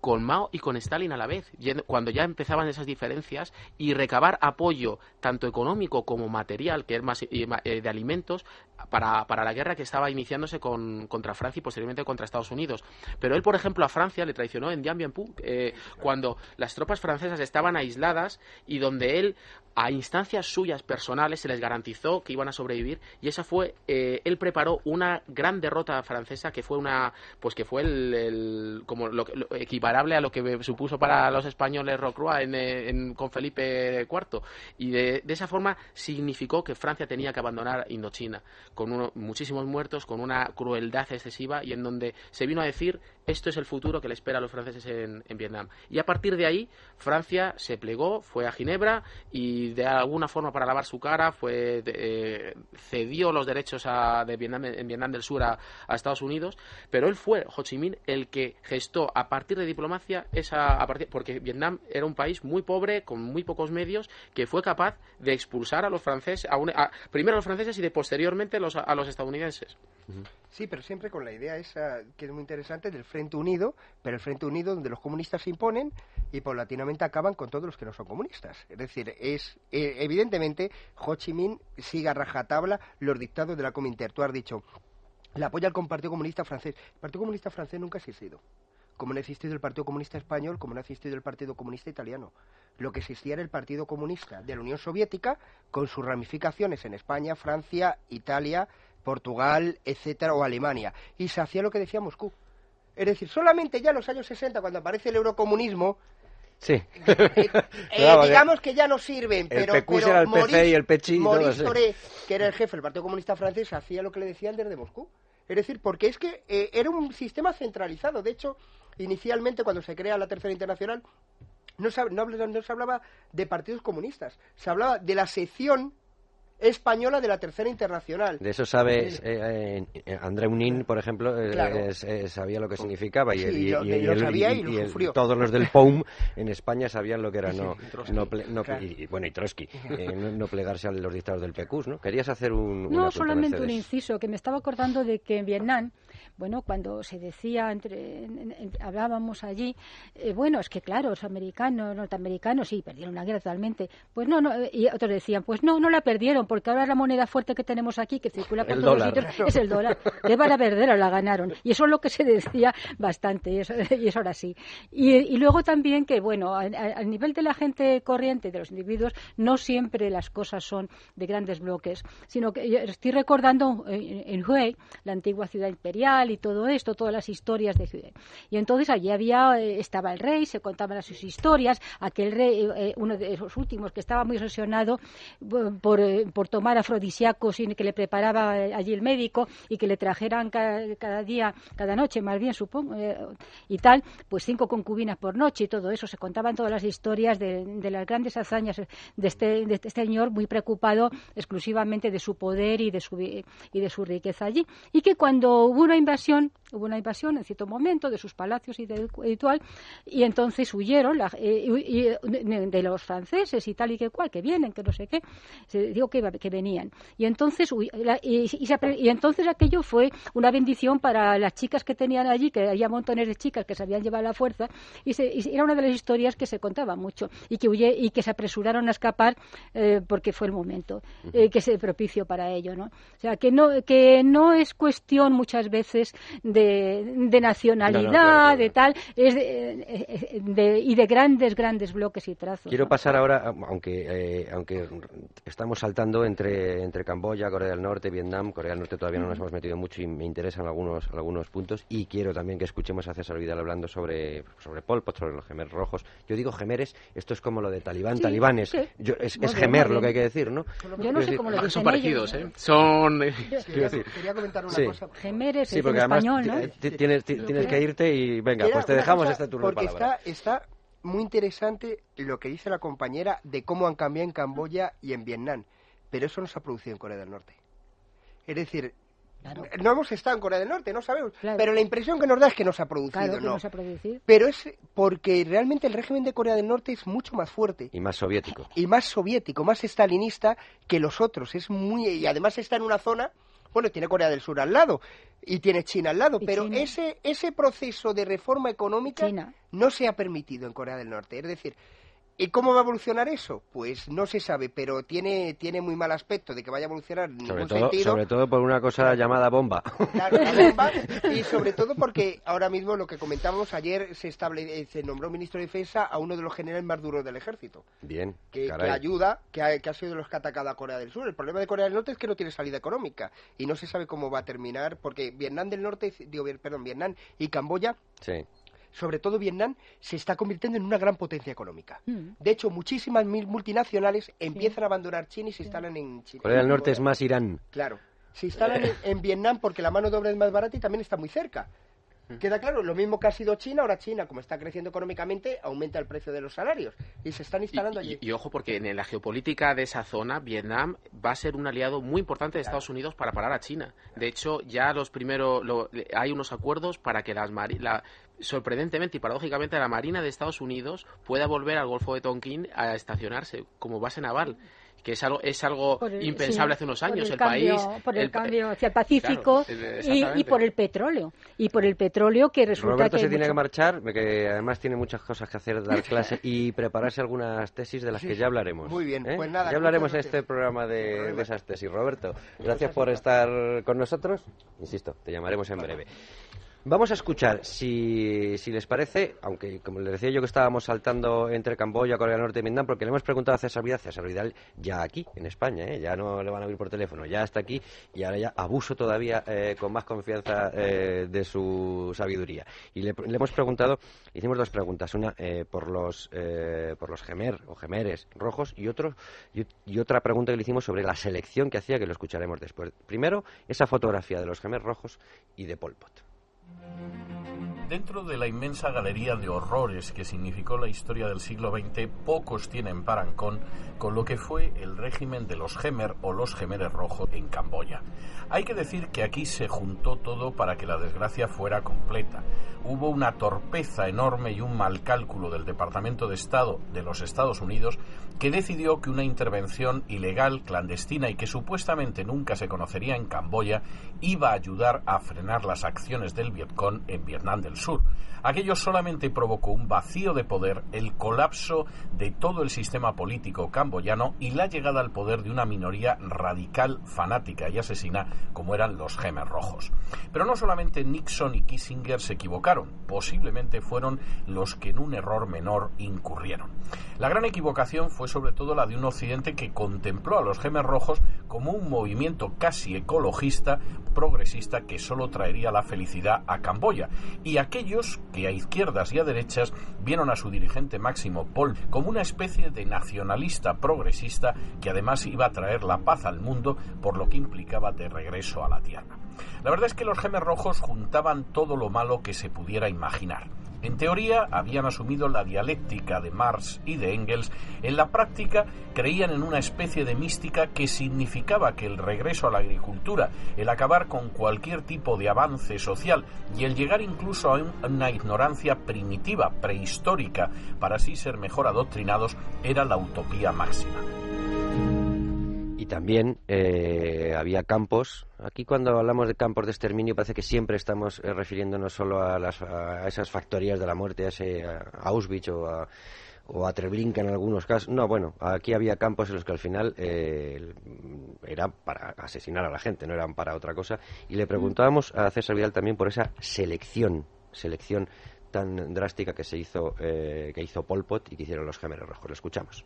con Mao y con Stalin a la vez, cuando ya empezaban esas diferencias, y recabar apoyo tanto económico como material, que es más eh, de alimentos, para, para la guerra que estaba iniciándose con, contra Francia y posteriormente contra Estados Unidos. Pero él, por ejemplo, a Francia le traicionó en Dien Bien Phu, eh, cuando las tropas francesas estaban aisladas y donde él, a instancias suyas personales, se les garantizó que iban a sobrevivir, y esa fue, eh, él preparó una gran derrota francesa que fue una, pues que fue el, el como lo, lo equiparable a lo que supuso para los españoles Rocroi en, en, con Felipe cuarto, y de, de esa forma significó que Francia tenía que abandonar Indochina, con uno, muchísimos muertos, con una crueldad excesiva, y en donde se vino a decir: esto es el futuro que le espera a los franceses en, en Vietnam. Y a partir de ahí, Francia se plegó, fue a Ginebra y de alguna forma, para lavar su cara, fue eh, cedió los derechos a, de Vietnam, en Vietnam del Sur a, a Estados Unidos, pero él fue, Ho Chi Minh, el que gestó a partir de diplomacia esa, a partir, porque Vietnam era un país muy pobre, con muy pocos medios, que fue capaz de expulsar a los franceses, a un, a, primero a los franceses y de posteriormente los, a los estadounidenses. Sí, pero siempre con la idea esa, que es muy interesante, del Frente Unido, pero el Frente Unido donde los comunistas se imponen y paulatinamente acaban con todos los que no son comunistas. Es decir, es eh, evidentemente Ho Chi Minh sigue a rajatabla los dictados de la Comintern. Tú has dicho, le apoya al Partido Comunista Francés. El Partido Comunista Francés nunca ha existido. Como no ha existido el Partido Comunista Español, como no ha existido el Partido Comunista Italiano. Lo que existía era el Partido Comunista de la Unión Soviética, con sus ramificaciones en España, Francia, Italia, Portugal, etcétera, o Alemania. Y se hacía lo que decía Moscú. Es decir, solamente ya en los años sesenta, cuando aparece el eurocomunismo, sí. eh, eh, Claro, digamos que ya no sirven, pero, el P Q pero era el Maurice, P C y el P C y Maurice todo, sí. Thoré, que era el jefe del Partido Comunista Francés, hacía lo que le decían desde Moscú. Es decir, porque es que eh, era un sistema centralizado. De hecho, inicialmente, cuando se crea la Tercera Internacional, no se, no, no se hablaba de partidos comunistas, se hablaba de la sección española de la Tercera Internacional. De eso sabes, eh, eh, Andreu Nin, por ejemplo, eh, Claro. eh, eh, sabía lo que significaba, y, Sí, el- y, lo- y- lo y el- sabía y y- lo y el- sufrió. todos los del P O U M en España sabían lo que era Sí, no, y Trotsky, no, ple- no- claro. y, y, bueno, y Trotsky, eh, no, no plegarse a los dictados del P Q S, ¿no? Querías hacer un No, una punta, solamente un Mercedes. inciso, que me estaba acordando de que en Vietnam, bueno, cuando se decía, entre, en- en- hablábamos allí, eh, bueno, es que claro, los americanos, norteamericanos, sí, perdieron la guerra totalmente. Pues no, no, eh, y otros decían, pues no, no la perdieron, porque ahora la moneda fuerte que tenemos aquí, que circula por El todos dólar. los sitios, es el dólar. ¿Qué van a perder o la ganaron? Y eso es lo que se decía bastante, y eso, y eso ahora sí. Y, y luego también que, bueno, a, a- al nivel de la gente corriente, de los individuos, no siempre las cosas son de grandes bloques, sino que yo estoy recordando en, en Hue, la antigua ciudad imperial y todo esto, todas las historias de Hue. Y entonces allí había, eh, estaba el rey, se contaban sus historias, aquel rey, eh, uno de esos últimos que estaba muy obsesionado eh, por, eh, por tomar afrodisíacos y que le preparaba eh, allí el médico y que le trajeran cada, cada día, cada noche más bien supongo, eh, y tal, pues cinco concubinas por noche y todo eso, se contaban todas las historias de, de las grandes hazañas de este, de este señor muy preocupado exclusivamente de su poder y de su, y de su riqueza allí, y que cuando hubo una invasión, hubo una invasión en cierto momento de sus palacios y de y tal, y entonces huyeron la, eh, y, y, de, de los franceses y tal y que cual, que vienen, que no sé qué, se digo que, que venían, y entonces huy- la, y, y, se, y entonces aquello fue una bendición para las chicas que tenían allí, que había montones de chicas que sabían llevar la fuerza, y, se, y era una de las historias que se contaba mucho, y que huye, y que se apresuraron a escapar eh, porque fue el momento eh, que se propicio para ello, ¿no? O sea, que no, que no es cuestión muchas veces de, de nacionalidad, No, no, claro, claro. de tal, es de, de- y de grandes, grandes bloques y trazos. Quiero ¿no? pasar ahora, aunque eh, aunque estamos saltando entre entre Camboya, Corea del Norte, Vietnam, Corea del Norte todavía no nos hemos metido mucho y me interesan algunos algunos puntos, y quiero también que escuchemos a César Vidal hablando sobre sobre Pol Pot, sobre los gemeres rojos. Yo digo gemeres, esto es como lo de talibán, Sí, talibanes. sí. Yo, es Muy es bien, gemer muy lo que hay bien. que decir, ¿no? Yo no sé cómo lo Son dicen parecidos, ellos. ¿eh? Son... eh, Quería, decir, quería comentar una sí. cosa. Gemeres, Sí, es en porque además español, ¿no? ti- ti- tienes, ti- tienes que irte y venga, Era pues te una dejamos cosa, este turno de porque palabra. está, está muy interesante lo que dice la compañera de cómo han cambiado en Camboya y en Vietnam, pero eso no se ha producido en Corea del Norte. Es decir, Claro. no hemos estado en Corea del Norte, no sabemos, Claro. pero la impresión que nos da es que no se ha producido, Claro que no. no se ha producido. Pero es porque realmente el régimen de Corea del Norte es mucho más fuerte Y más soviético. y más soviético, más estalinista que los otros. Es muy y además está en una zona Bueno, tiene Corea del Sur al lado y tiene China al lado, ¿Y pero China? ese ese proceso de reforma económica China. no se ha permitido en Corea del Norte. Es decir, ¿y cómo va a evolucionar eso? Pues no se sabe, pero tiene tiene muy mal aspecto de que vaya a evolucionar en Sobre ningún todo, sentido. sobre todo por una cosa Claro. llamada bomba. Claro, la bomba, y sobre todo porque ahora mismo lo que comentábamos ayer se estable, se nombró ministro de Defensa a uno de los generales más duros del ejército, Bien, que, que caray. ayuda, que ha, que ha sido de los que ha atacado a Corea del Sur. El problema de Corea del Norte es que no tiene salida económica y no se sabe cómo va a terminar, porque Vietnam del Norte, digo, perdón, Vietnam y Camboya, Sí. sobre todo Vietnam, se está convirtiendo en una gran potencia económica. Mm. De hecho, muchísimas mil multinacionales empiezan a abandonar China y se instalan en China. Corea del Norte es más Irán. Claro. Se instalan en, en Vietnam porque la mano de obra es más barata y también está muy cerca. Queda claro, lo mismo que ha sido China, ahora China, como está creciendo económicamente, aumenta el precio de los salarios y se están instalando Y, allí. y- y ojo, porque en la geopolítica de esa zona, Vietnam va a ser un aliado muy importante de Estados Unidos para parar a China. De hecho, ya los primeros lo- hay unos acuerdos para que las mari- la, sorprendentemente y paradójicamente la Marina de Estados Unidos pueda volver al Golfo de Tonkin a estacionarse como base naval, que es algo es algo Por el- impensable sí, hace unos por años. el El, cambio, país por el, el pa- cambio hacia el Pacífico Claro, y, exactamente. y por el petróleo y por el petróleo que resulta Roberto que se hay tiene mucho- que marchar, que además tiene muchas cosas que hacer, dar clase y prepararse algunas tesis de las Sí, que ya hablaremos. muy bien, ¿eh? pues nada, Ya hablaremos en muchas este gracias. programa de, de esas tesis. Roberto, gracias por estar con nosotros. Insisto, te llamaremos en breve. Vamos a escuchar, si, si les parece, aunque como les decía yo que estábamos saltando entre Camboya, Corea del Norte y Vietnam, porque le hemos preguntado a César Vidal, César Vidal ya aquí, en España, ¿eh? Ya no le van a oír por teléfono, ya está aquí y ahora ya abuso todavía eh, con más confianza eh, de su sabiduría. Y le, le hemos preguntado, hicimos dos preguntas, una eh, por los eh, por los gemer o gemeres rojos y, otro, y, y otra pregunta que le hicimos sobre la selección que hacía, que lo escucharemos después. Primero, esa fotografía de los gemeres rojos y de Pol Pot. Dentro de la inmensa galería de horrores que significó la historia del siglo veinte, pocos tienen parangón con lo que fue el régimen de los Khmer o los Gemeres Rojos en Camboya. Hay que decir que aquí se juntó todo para que la desgracia fuera completa. Hubo una torpeza enorme y un mal cálculo del Departamento de Estado de los Estados Unidos que decidió que una intervención ilegal, clandestina y que supuestamente nunca se conocería en Camboya iba a ayudar a frenar las acciones del Vietcong en Vietnam del Sur. Aquello solamente provocó un vacío de poder, el colapso de todo el sistema político camboyano y la llegada al poder de una minoría radical, fanática y asesina como eran los Khmer Rojos. Pero no solamente Nixon y Kissinger se equivocaron, posiblemente fueron los que en un error menor incurrieron. La gran equivocación fue sobre todo la de un occidente que contempló a los Khmer Rojos como un movimiento casi ecologista, progresista, que solo traería la felicidad a Camboya, y aquellos que a izquierdas y a derechas vieron a su dirigente máximo Pol como una especie de nacionalista progresista que además iba a traer la paz al mundo por lo que implicaba de regreso a la tierra. La verdad es que los Khmer Rojos juntaban todo lo malo que se pudiera imaginar. En teoría habían asumido la dialéctica de Marx y de Engels, en la práctica creían en una especie de mística que significaba que el regreso a la agricultura, el acabar con cualquier tipo de avance social y el llegar incluso a una ignorancia primitiva, prehistórica, para así ser mejor adoctrinados, era la utopía máxima. Y también eh, había campos. Aquí cuando hablamos de campos de exterminio parece que siempre estamos eh, refiriéndonos solo a, las, a esas factorías de la muerte, a, ese, a Auschwitz o a, o a Treblinka en algunos casos. No, bueno, aquí había campos en los que al final eh, era para asesinar a la gente, no eran para otra cosa. Y le preguntábamos a César Vidal también por esa selección, selección tan drástica que se hizo, eh, que hizo Pol Pot y que hicieron los Gemeres Rojos. Lo escuchamos.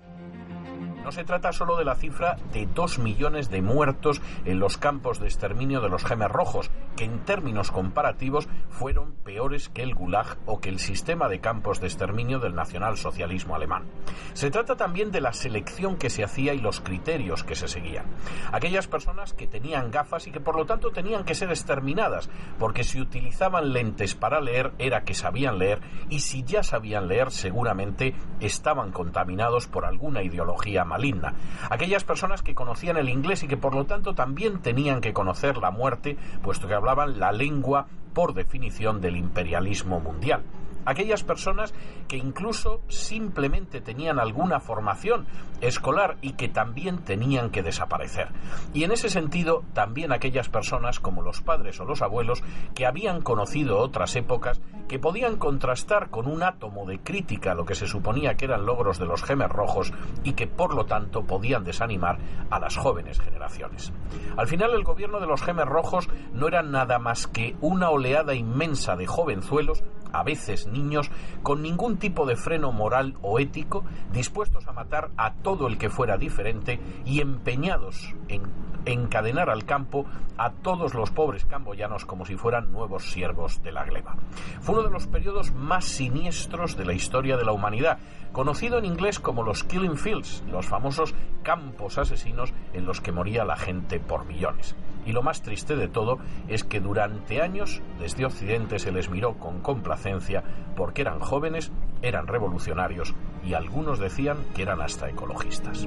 No se trata solo de la cifra de dos millones de muertos en los campos de exterminio de los Khmer Rojos, que en términos comparativos fueron peores que el Gulag o que el sistema de campos de exterminio del nacionalsocialismo alemán. Se trata también de la selección que se hacía y los criterios que se seguían. Aquellas personas que tenían gafas y que por lo tanto tenían que ser exterminadas, porque si utilizaban lentes para leer era que sabían leer, y si ya sabían leer seguramente estaban contaminados por alguna ideología maligna. Aquellas personas que conocían el inglés y que por lo tanto también tenían que conocer la muerte, puesto que hablaban la lengua por definición del imperialismo mundial. aquellas personas que incluso simplemente tenían alguna formación escolar y que también tenían que desaparecer. Y en ese sentido, también aquellas personas como los padres o los abuelos que habían conocido otras épocas, que podían contrastar con un átomo de crítica a lo que se suponía que eran logros de los Gemer rojos y que por lo tanto podían desanimar a las jóvenes generaciones. Al final, el gobierno de los Gemer rojos no era nada más que una oleada inmensa de jovenzuelos, a veces niños, con ningún tipo de freno moral o ético, dispuestos a matar a todo el que fuera diferente y empeñados en encadenar al campo a todos los pobres camboyanos como si fueran nuevos siervos de la gleba. Fue uno de los periodos más siniestros de la historia de la humanidad, conocido en inglés como los Killing Fields, los famosos campos asesinos en los que moría la gente por millones. Y lo más triste de todo es que durante años desde Occidente se les miró con complacencia porque eran jóvenes, eran revolucionarios y algunos decían que eran hasta ecologistas.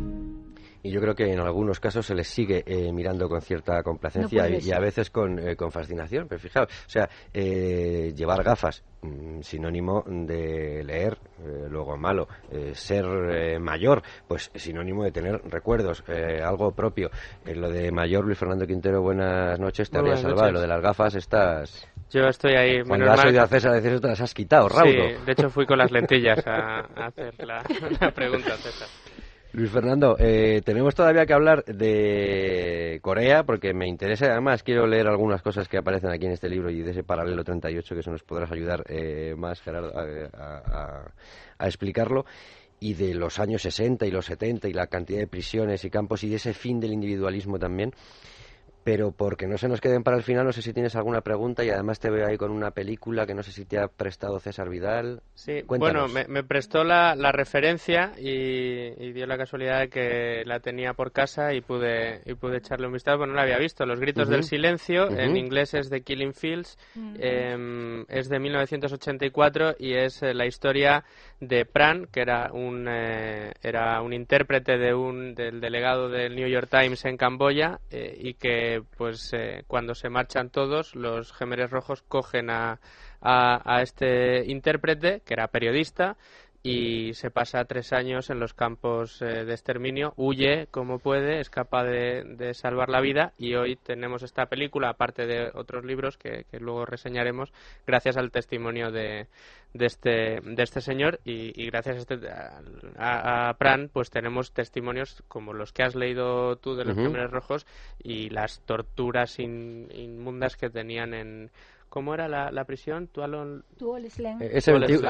Y yo creo que en algunos casos se les sigue eh, mirando con cierta complacencia no y, y a veces con, eh, con fascinación. Pero fijaos, o sea, eh, llevar gafas, mmm, sinónimo de leer, eh, luego malo. Eh, ser eh, mayor, pues sinónimo de tener recuerdos, eh, algo propio. Eh, lo de mayor, Luis Fernando Quintero, buenas noches, te habría salvado. Lo de las gafas, estás... Yo estoy ahí. Cuando has oído a César decir eso, te las has quitado, Raudo. Sí, de hecho fui con las lentillas a, a hacer la, la pregunta, César. Luis Fernando, eh, tenemos todavía que hablar de Corea porque me interesa, además quiero leer algunas cosas que aparecen aquí en este libro y de ese paralelo treinta y ocho que eso nos podrás ayudar eh, más, Gerardo, a, a, a explicarlo, y de los años sesenta y los setenta y la cantidad de prisiones y campos y de ese fin del individualismo también. Pero porque no se nos queden para el final, no sé si tienes alguna pregunta y además te veo ahí con una película que no sé si te ha prestado César Vidal. Sí, Cuéntanos. Bueno, me, me prestó la, la referencia y, y dio la casualidad de que la tenía por casa y pude y pude echarle un vistazo, porque no la había visto. Los gritos uh-huh. del silencio, uh-huh. en inglés es The Killing Fields, uh-huh. eh, es de mil novecientos ochenta y cuatro y es eh, la historia de Pran, que era un eh, era un intérprete de un del delegado del New York Times en Camboya eh, y que pues eh, cuando se marchan todos, los Gemeres Rojos cogen a, a, a este intérprete, que era periodista, y se pasa tres años en los campos eh, de exterminio, huye como puede, es capaz de, de salvar la vida, y hoy tenemos esta película, aparte de otros libros que, que luego reseñaremos, gracias al testimonio de, de, este, de este señor, y, y gracias a, este, a, a Pran, pues tenemos testimonios como los que has leído tú de los uh-huh. Gemeres Rojos, y las torturas in, inmundas que tenían en... ¿Cómo era la, la prisión? Tuolon... Tuolsleng. ese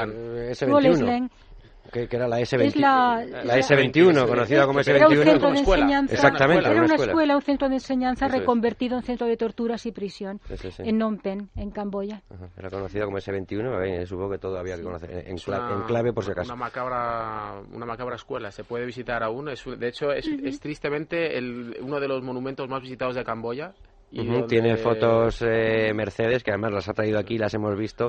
veintiuno. Que, que era la ese veintiuno, la, la ese veintiuno, conocida como ese veintiuno. Era un centro de enseñanza, exactamente, era una escuela. escuela, un centro de enseñanza Eso reconvertido es. en centro de torturas y prisión, sí, sí, sí. en Phnom Penh, en Camboya. Ajá. Era conocida como ese veintiuno, eh, supongo que todo había que conocer, en, cla una, en clave por si acaso. Una macabra, una macabra escuela, se puede visitar aún, es, de hecho es, uh-huh. es tristemente el, uno de los monumentos más visitados de Camboya. Y uh-huh, donde... Tiene fotos eh, Mercedes, que además las ha traído aquí, las hemos visto,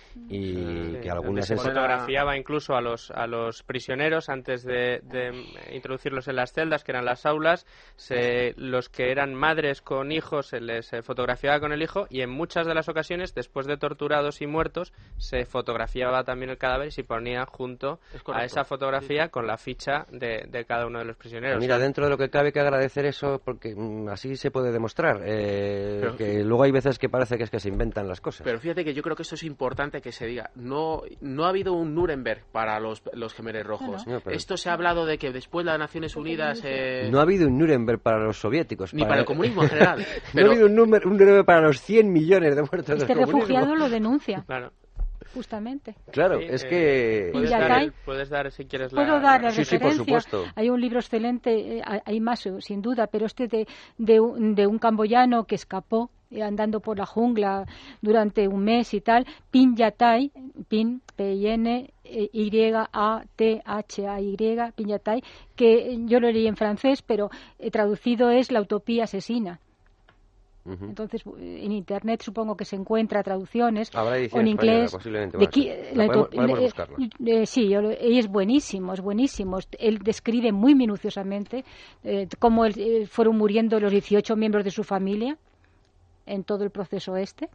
y sí, que algunas... Se fotografiaba incluso a los a los prisioneros antes de, de introducirlos en las celdas, que eran las aulas. Se, los que eran madres con hijos se les fotografiaba con el hijo, y en muchas de las ocasiones, después de torturados y muertos, se fotografiaba también el cadáver y se ponía junto a esa fotografía con la ficha de, de cada uno de los prisioneros. Mira, dentro de lo que cabe que agradecer eso, porque mmm, así se puede demostrar, eh, pero, que luego hay veces que parece que es que se inventan las cosas. Pero fíjate que yo creo que esto es importante que se diga. No no ha habido un Nuremberg para los, los Gemeres Rojos. No, no. Esto se ha hablado de que después las Naciones Unidas... Eh... No ha habido un Nuremberg para los soviéticos. Ni para, para el comunismo en general. Pero... No ha habido un, número, un Nuremberg para los cien millones de muertos este del refugiado lo denuncia. Claro. Justamente. Claro, sí, es que... ¿Puedes dar, puedes dar, si quieres, la... Puedo dar la sí, referencia. Sí, por supuesto. Hay un libro excelente, hay más, sin duda, pero este de, de, un, de un camboyano que escapó andando por la jungla durante un mes y tal, Pin Yatai, Pin, P I N Y A T H A Y, Pin Yatai, que yo lo leí en francés, pero eh, traducido es La utopía asesina. Uh-huh. Entonces, en internet supongo que se encuentra traducciones o en inglés. Posiblemente de qui, la podemos, podemos buscarlo. Eh, sí, yo, y es buenísimo, es buenísimo. Él describe muy minuciosamente eh, cómo él, eh, fueron muriendo los dieciocho miembros de su familia en todo el proceso este,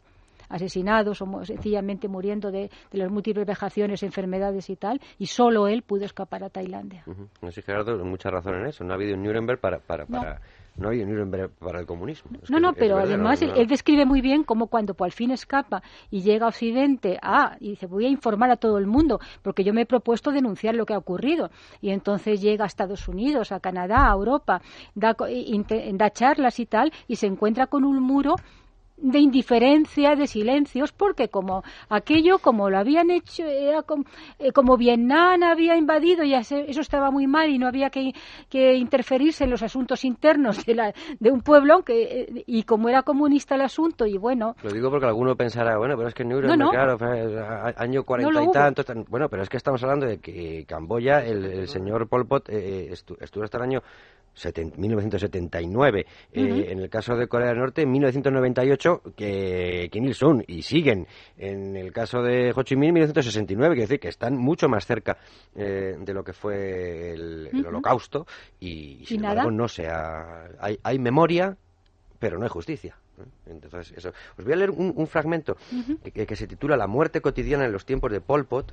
asesinados o sencillamente muriendo de, de las múltiples vejaciones, enfermedades y tal, y solo él pudo escapar a Tailandia. Uh-huh. No sé, Gerardo, mucha razón en eso. No ha habido un Nuremberg para... para, para... No. No ha habido Nuremberg para el comunismo. Es no, que, no, pero verdad, además no, él, no. él describe muy bien cómo cuando por fin escapa y llega a Occidente, ah, y dice, voy a informar a todo el mundo, porque yo me he propuesto denunciar lo que ha ocurrido. Y entonces llega a Estados Unidos, a Canadá, a Europa, da, da charlas y tal, y se encuentra con un muro de indiferencia, de silencios, porque como aquello, como lo habían hecho, era como, eh, como Vietnam había invadido, y eso estaba muy mal y no había que, que interferirse en los asuntos internos de, la, de un pueblo, que, eh, y como era comunista el asunto, y bueno... Lo digo porque alguno pensará, bueno, pero es que Nuremberg, no, no. claro, año cuarenta no y tantos, bueno, pero es que estamos hablando de que Camboya, el, el señor Pol Pot eh, estuvo, estuvo hasta el año mil novecientos setenta y nueve, uh-huh. eh, en el caso de Corea del Norte, en mil novecientos noventa y ocho, que Kim Il-sung, y siguen. En el caso de Ho Chi Minh, mil novecientos sesenta y nueve, quiere decir que están mucho más cerca eh, de lo que fue el, el uh-huh. holocausto, y, y sin ¿Y embargo nada? no se ha... Hay, hay memoria, pero no hay justicia. Entonces, eso. Os voy a leer un, un fragmento uh-huh. que, que se titula La muerte cotidiana en los tiempos de Pol Pot,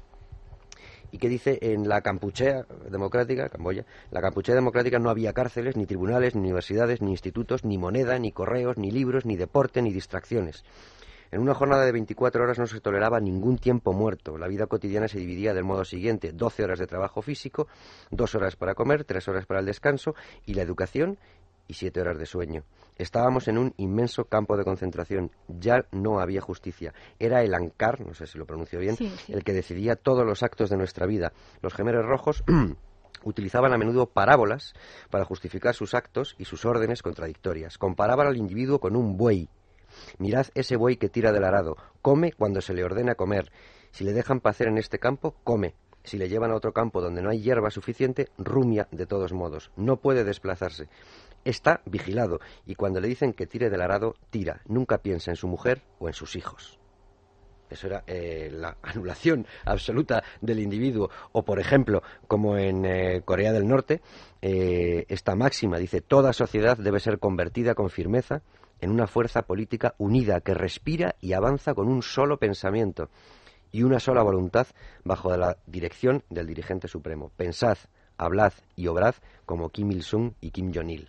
y que dice, en la Kampuchea democrática, Camboya, la Kampuchea democrática no había cárceles, ni tribunales, ni universidades, ni institutos, ni moneda, ni correos, ni libros, ni deporte, ni distracciones. En una jornada de veinticuatro horas no se toleraba ningún tiempo muerto. La vida cotidiana se dividía del modo siguiente: doce horas de trabajo físico, dos horas para comer, tres horas para el descanso y la educación, y siete horas de sueño. Estábamos en un inmenso campo de concentración. Ya no había justicia. Era el Ankar, no sé si lo pronuncio bien, sí, sí. el que decidía todos los actos de nuestra vida. Los Jemeres Rojos utilizaban a menudo parábolas para justificar sus actos y sus órdenes contradictorias. Comparaban al individuo con un buey. Mirad ese buey que tira del arado. Come cuando se le ordena comer. Si le dejan pacer en este campo, come. Si le llevan a otro campo donde no hay hierba suficiente, rumia de todos modos. No puede desplazarse. Está vigilado, y cuando le dicen que tire del arado, tira. Nunca piensa en su mujer o en sus hijos. Eso era eh, la anulación absoluta del individuo. O, por ejemplo, como en eh, Corea del Norte, eh, esta máxima dice: toda sociedad debe ser convertida con firmeza en una fuerza política unida que respira y avanza con un solo pensamiento y una sola voluntad bajo la dirección del dirigente supremo. Pensad, hablad y obrad como Kim Il-sung y Kim Jong-il.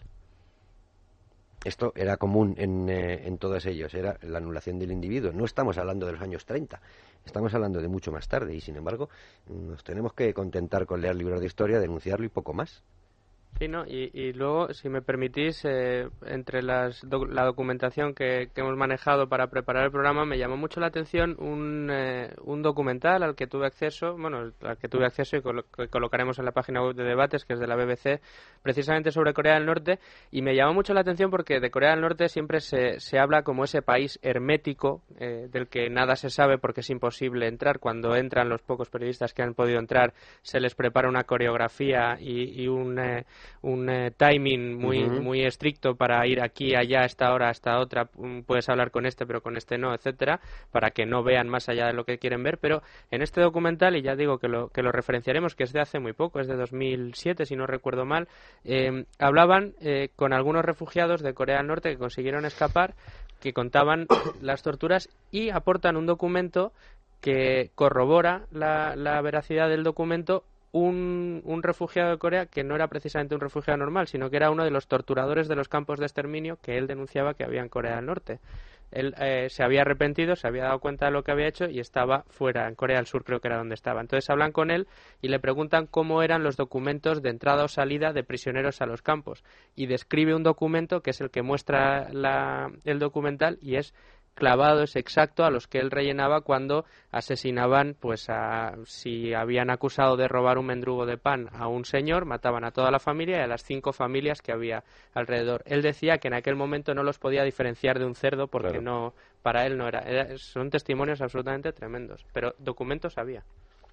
Esto era común en, eh, en todos ellos, era la anulación del individuo. No estamos hablando de los años treinta, estamos hablando de mucho más tarde, y sin embargo nos tenemos que contentar con leer libros de historia, denunciarlo y poco más. Sí, ¿no? Y, y luego, si me permitís, eh, entre las do, la documentación que, que hemos manejado para preparar el programa, me llamó mucho la atención un, eh, un documental al que tuve acceso, bueno, al que tuve acceso y colo que colocaremos en la página web de debates, que es de la B B C, precisamente sobre Corea del Norte, y me llamó mucho la atención porque de Corea del Norte siempre se, se habla como ese país hermético, eh, del que nada se sabe porque es imposible entrar. Cuando entran los pocos periodistas que han podido entrar, se les prepara una coreografía y, y un... Eh, un eh, timing muy uh-huh. muy estricto para ir aquí, allá, a esta hora, a esta otra, puedes hablar con este pero con este no, etcétera, para que no vean más allá de lo que quieren ver. Pero en este documental, y ya digo que lo, que lo referenciaremos, que es de hace muy poco, es de dos mil siete si no recuerdo mal, eh, hablaban eh, con algunos refugiados de Corea del Norte que consiguieron escapar, que contaban las torturas, y aportan un documento que corrobora la, la veracidad del documento. Un, un refugiado de Corea que no era precisamente un refugiado normal, sino que era uno de los torturadores de los campos de exterminio que él denunciaba que había en Corea del Norte. Él eh, se había arrepentido, se había dado cuenta de lo que había hecho y estaba fuera, en Corea del Sur creo que era donde estaba. Entonces hablan con él y le preguntan cómo eran los documentos de entrada o salida de prisioneros a los campos. Y describe un documento que es el que muestra la, el documental, y es clavado, es exacto a los que él rellenaba cuando asesinaban, pues a, si habían acusado de robar un mendrugo de pan a un señor, mataban a toda la familia y a las cinco familias que había alrededor. Él decía que en aquel momento no los podía diferenciar de un cerdo porque claro. no, para él no era, era. Son testimonios absolutamente tremendos, pero documentos había.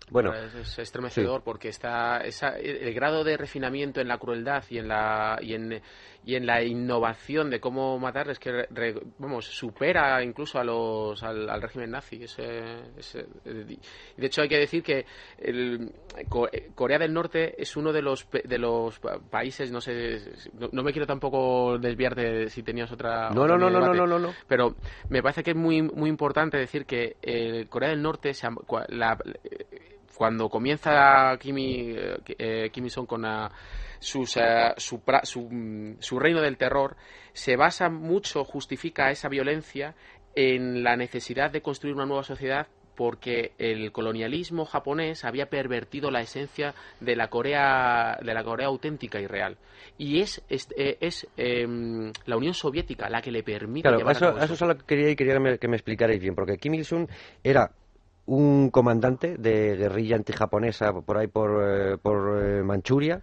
Bueno, es, es estremecedor, sí. Porque está esa, el grado de refinamiento en la crueldad y en la y en, y en la innovación de cómo matar es que re, vamos supera incluso a los al, al régimen nazi. Es, es, de hecho hay que decir que el, Corea del Norte es uno de los de los países, no sé, no, no me quiero tampoco desviar de si tenías otra. No, otra no, no, debate, no, no, no, no. Pero me parece que es muy muy importante decir que eh, Corea del Norte se, la, cuando comienza Kim, eh, Kim Il-sung con uh, sus, uh, su, su, su reino del terror, se basa mucho, justifica esa violencia en la necesidad de construir una nueva sociedad, porque el colonialismo japonés había pervertido la esencia de la Corea de la Corea auténtica y real, y es es, es eh, la Unión Soviética la que le permite claro, llevar eso, a cabo eso es lo que quería y quería que me, que me explicarais bien, porque Kim Il-sung era un comandante de guerrilla antijaponesa por ahí por, eh, por eh, Manchuria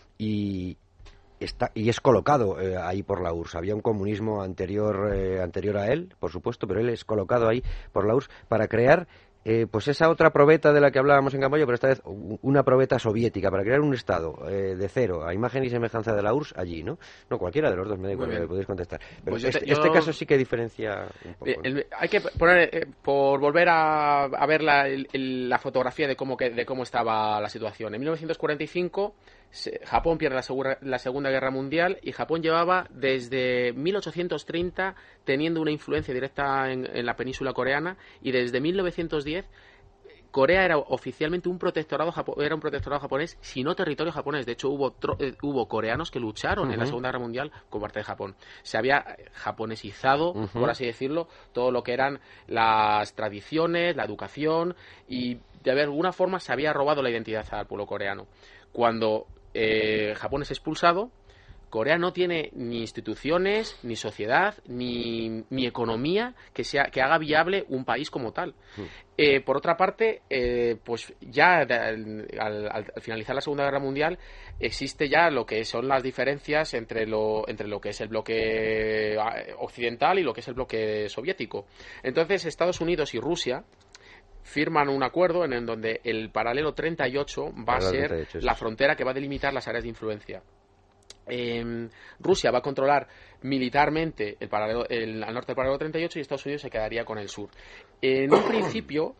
y está y es colocado eh, ahí por la U R S S. Había un comunismo anterior eh, anterior a él, por supuesto, pero él es colocado ahí por la U R S S para crear eh, pues esa otra probeta de la que hablábamos en Camboya, pero esta vez una probeta soviética, para crear un estado eh, de cero, a imagen y semejanza de la U R S S allí, ¿no? No, cualquiera de los dos, me da igual, me podéis contestar. Pero pues este, te, yo... este caso sí que diferencia un poco. El, el, hay que poner, eh, por volver a, a ver la, el, el, la fotografía de cómo, que, de cómo estaba la situación. En mil novecientos cuarenta y cinco, se, Japón pierde la, segura, la Segunda Guerra Mundial, y Japón llevaba desde mil ochocientos treinta teniendo una influencia directa en, en la península coreana, y desde mil novecientos diez Corea era oficialmente un protectorado era un protectorado japonés, si no territorio japonés. De hecho, hubo tro, eh, hubo coreanos que lucharon uh-huh. en la Segunda Guerra Mundial como parte de Japón. Se había japonesizado, uh-huh. por así decirlo, todo lo que eran las tradiciones, la educación, y de alguna forma se había robado la identidad al pueblo coreano. Cuando eh, Japón es expulsado, Corea no tiene ni instituciones, ni sociedad, ni, ni economía que sea que haga viable un país como tal. Mm. Eh, por otra parte, eh, pues ya al, al, al finalizar la Segunda Guerra Mundial existe ya lo que son las diferencias entre lo entre lo que es el bloque occidental y lo que es el bloque soviético. Entonces, Estados Unidos y Rusia firman un acuerdo en, en donde el paralelo treinta y ocho va a ser treinta y ocho, la frontera que va a delimitar las áreas de influencia. Eh, Rusia va a controlar militarmente el paralelo, el, al norte del paralelo treinta y ocho, y Estados Unidos se quedaría con el sur. En un principio,